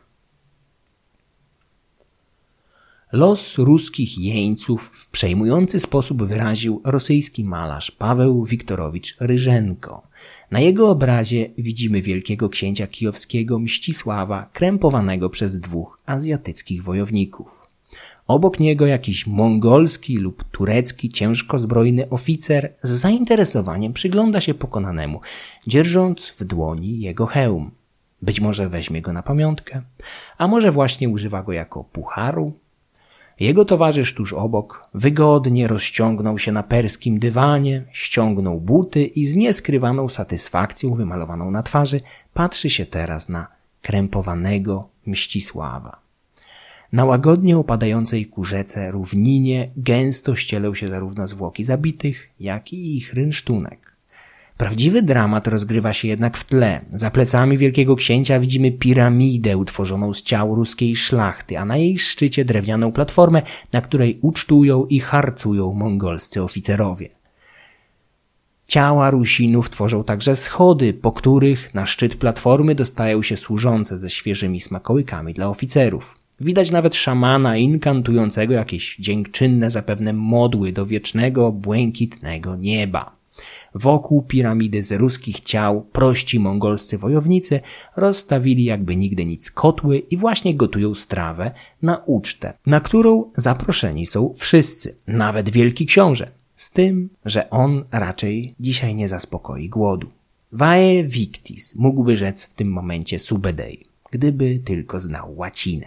Los ruskich jeńców w przejmujący sposób wyraził rosyjski malarz Paweł Wiktorowicz Ryżenko. Na jego obrazie widzimy wielkiego księcia kijowskiego Mścisława krępowanego przez 2 azjatyckich wojowników. Obok niego jakiś mongolski lub turecki ciężkozbrojny oficer z zainteresowaniem przygląda się pokonanemu, dzierżąc w dłoni jego hełm. Być może weźmie go na pamiątkę, a może właśnie używa go jako pucharu. Jego towarzysz tuż obok wygodnie rozciągnął się na perskim dywanie, ściągnął buty i z nieskrywaną satysfakcją wymalowaną na twarzy patrzy się teraz na krępowanego Mścisława. Na łagodnie opadającej ku rzece równinie gęsto ścielą się zarówno zwłoki zabitych, jak i ich rynsztunek. Prawdziwy dramat rozgrywa się jednak w tle. Za plecami wielkiego księcia widzimy piramidę utworzoną z ciał ruskiej szlachty, a na jej szczycie drewnianą platformę, na której ucztują i harcują mongolscy oficerowie. Ciała Rusinów tworzą także schody, po których na szczyt platformy dostają się służące ze świeżymi smakołykami dla oficerów. Widać nawet szamana inkantującego jakieś dziękczynne zapewne modły do wiecznego, błękitnego nieba. Wokół piramidy z ruskich ciał prości mongolscy wojownicy rozstawili jakby nigdy nic kotły i właśnie gotują strawę na ucztę, na którą zaproszeni są wszyscy, nawet wielki książę, z tym, że on raczej dzisiaj nie zaspokoi głodu. Vae victis mógłby rzec w tym momencie Subedej, gdyby tylko znał łacinę.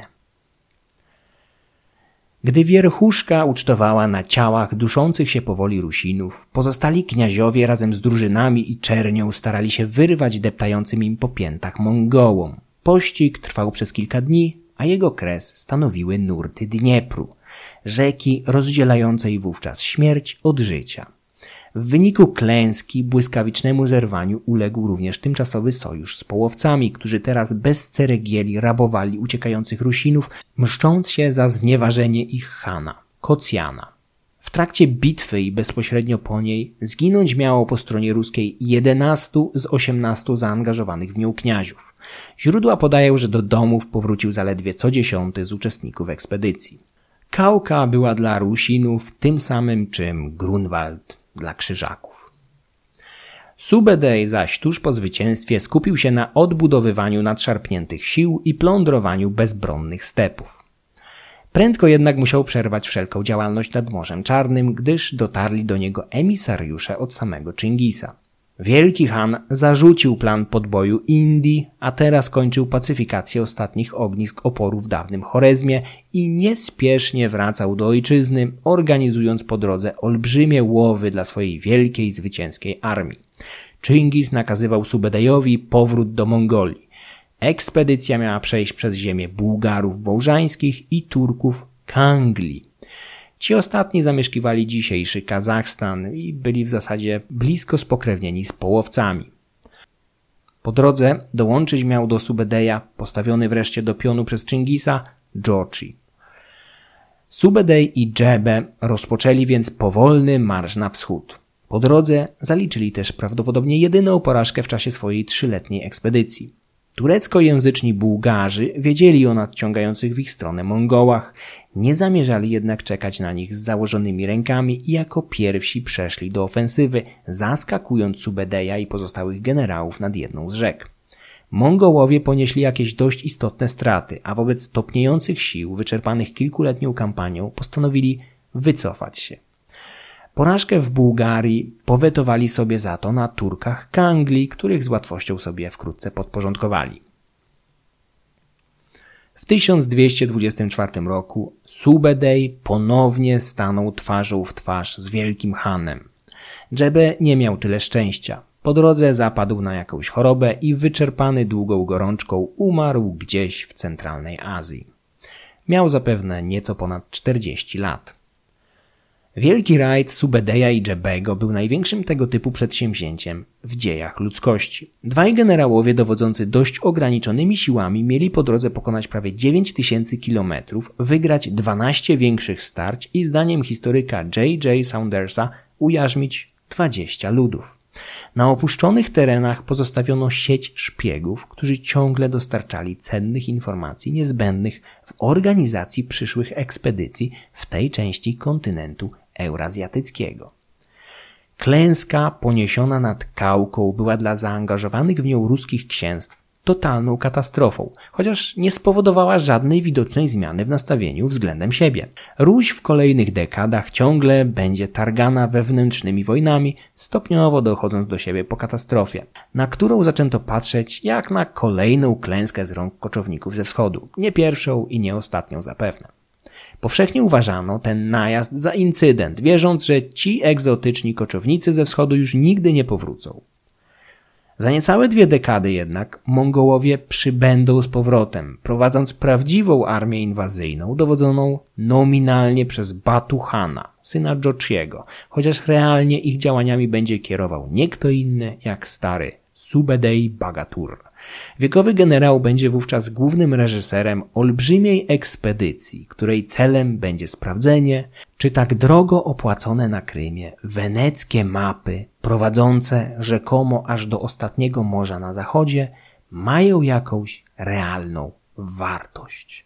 Gdy wierchuszka ucztowała na ciałach duszących się powoli Rusinów, pozostali kniaziowie razem z drużynami i czernią starali się wyrwać deptającym im po piętach Mongołom. Pościg trwał przez kilka dni, a jego kres stanowiły nurty Dniepru, rzeki rozdzielającej wówczas śmierć od życia. W wyniku klęski błyskawicznemu zerwaniu uległ również tymczasowy sojusz z połowcami, którzy teraz bez ceregieli rabowali uciekających Rusinów, mszcząc się za znieważenie ich chana, Kocjana. W trakcie bitwy i bezpośrednio po niej zginąć miało po stronie ruskiej 11 z 18 zaangażowanych w nią kniaziów. Źródła podają, że do domów powrócił zaledwie co 10 z uczestników ekspedycji. Kauka była dla Rusinów tym samym czym Grunwald dla Krzyżaków. Subedej zaś tuż po zwycięstwie skupił się na odbudowywaniu nadszarpniętych sił i plądrowaniu bezbronnych stepów. Prędko jednak musiał przerwać wszelką działalność nad Morzem Czarnym, gdyż dotarli do niego emisariusze od samego Czingisa. Wielki Han zarzucił plan podboju Indii, a teraz kończył pacyfikację ostatnich ognisk oporu w dawnym Chorezmie i niespiesznie wracał do ojczyzny, organizując po drodze olbrzymie łowy dla swojej wielkiej, zwycięskiej armii. Czingis nakazywał Subedejowi powrót do Mongolii. Ekspedycja miała przejść przez ziemię Bułgarów wołżańskich i Turków Kangli. Ci ostatni zamieszkiwali dzisiejszy Kazachstan i byli w zasadzie blisko spokrewnieni z połowcami. Po drodze dołączyć miał do Subedeja, postawiony wreszcie do pionu przez Czingisa, Jochi. Subedej i Dżebe rozpoczęli więc powolny marsz na wschód. Po drodze zaliczyli też prawdopodobnie jedyną porażkę w czasie swojej 3-letniej ekspedycji. Tureckojęzyczni Bułgarzy wiedzieli o nadciągających w ich stronę Mongołach, nie zamierzali jednak czekać na nich z założonymi rękami i jako pierwsi przeszli do ofensywy, zaskakując Subedeja i pozostałych generałów nad jedną z rzek. Mongołowie ponieśli jakieś dość istotne straty, a wobec topniejących sił wyczerpanych kilkuletnią kampanią postanowili wycofać się. Porażkę w Bułgarii powetowali sobie za to na Turkach Kangli, których z łatwością sobie wkrótce podporządkowali. W 1224 roku Subedej ponownie stanął twarzą w twarz z Wielkim Hanem. Dżebe nie miał tyle szczęścia. Po drodze zapadł na jakąś chorobę i wyczerpany długą gorączką umarł gdzieś w centralnej Azji. Miał zapewne nieco ponad 40 lat. Wielki rajd Subedeja i Dżebego był największym tego typu przedsięwzięciem w dziejach ludzkości. Dwaj generałowie dowodzący dość ograniczonymi siłami mieli po drodze pokonać prawie 9000 kilometrów, wygrać 12 większych starć i zdaniem historyka J.J. Saundersa ujarzmić 20 ludów. Na opuszczonych terenach pozostawiono sieć szpiegów, którzy ciągle dostarczali cennych informacji niezbędnych w organizacji przyszłych ekspedycji w tej części kontynentu eurazjatyckiego. Klęska poniesiona nad Kałką była dla zaangażowanych w nią ruskich księstw totalną katastrofą, chociaż nie spowodowała żadnej widocznej zmiany w nastawieniu względem siebie. Ruś w kolejnych dekadach ciągle będzie targana wewnętrznymi wojnami, stopniowo dochodząc do siebie po katastrofie, na którą zaczęto patrzeć jak na kolejną klęskę z rąk koczowników ze wschodu, nie pierwszą i nie ostatnią zapewne. Powszechnie uważano ten najazd za incydent, wierząc, że ci egzotyczni koczownicy ze wschodu już nigdy nie powrócą. Za niecałe 2 dekady jednak Mongołowie przybędą z powrotem, prowadząc prawdziwą armię inwazyjną dowodzoną nominalnie przez Batu Hana, syna Jochiego, chociaż realnie ich działaniami będzie kierował nie kto inny jak stary Subedej Bagatur. Wiekowy generał będzie wówczas głównym reżyserem olbrzymiej ekspedycji, której celem będzie sprawdzenie, czy tak drogo opłacone na Krymie weneckie mapy prowadzące rzekomo aż do ostatniego morza na zachodzie mają jakąś realną wartość.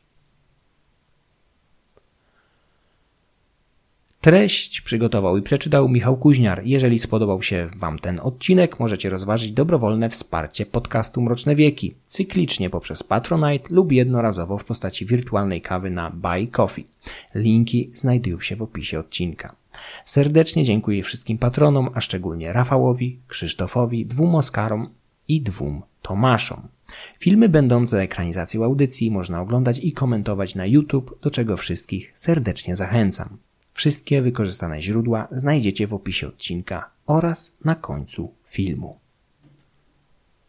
Treść przygotował i przeczytał Michał Kuźniar. Jeżeli spodobał się Wam ten odcinek, możecie rozważyć dobrowolne wsparcie podcastu Mroczne Wieki, cyklicznie poprzez Patronite lub jednorazowo w postaci wirtualnej kawy na Buy Coffee. Linki znajdują się w opisie odcinka. Serdecznie dziękuję wszystkim patronom, a szczególnie Rafałowi, Krzysztofowi, 2 Oskarom i 2 Tomaszom. Filmy będące ekranizacją audycji można oglądać i komentować na YouTube, do czego wszystkich serdecznie zachęcam. Wszystkie wykorzystane źródła znajdziecie w opisie odcinka oraz na końcu filmu.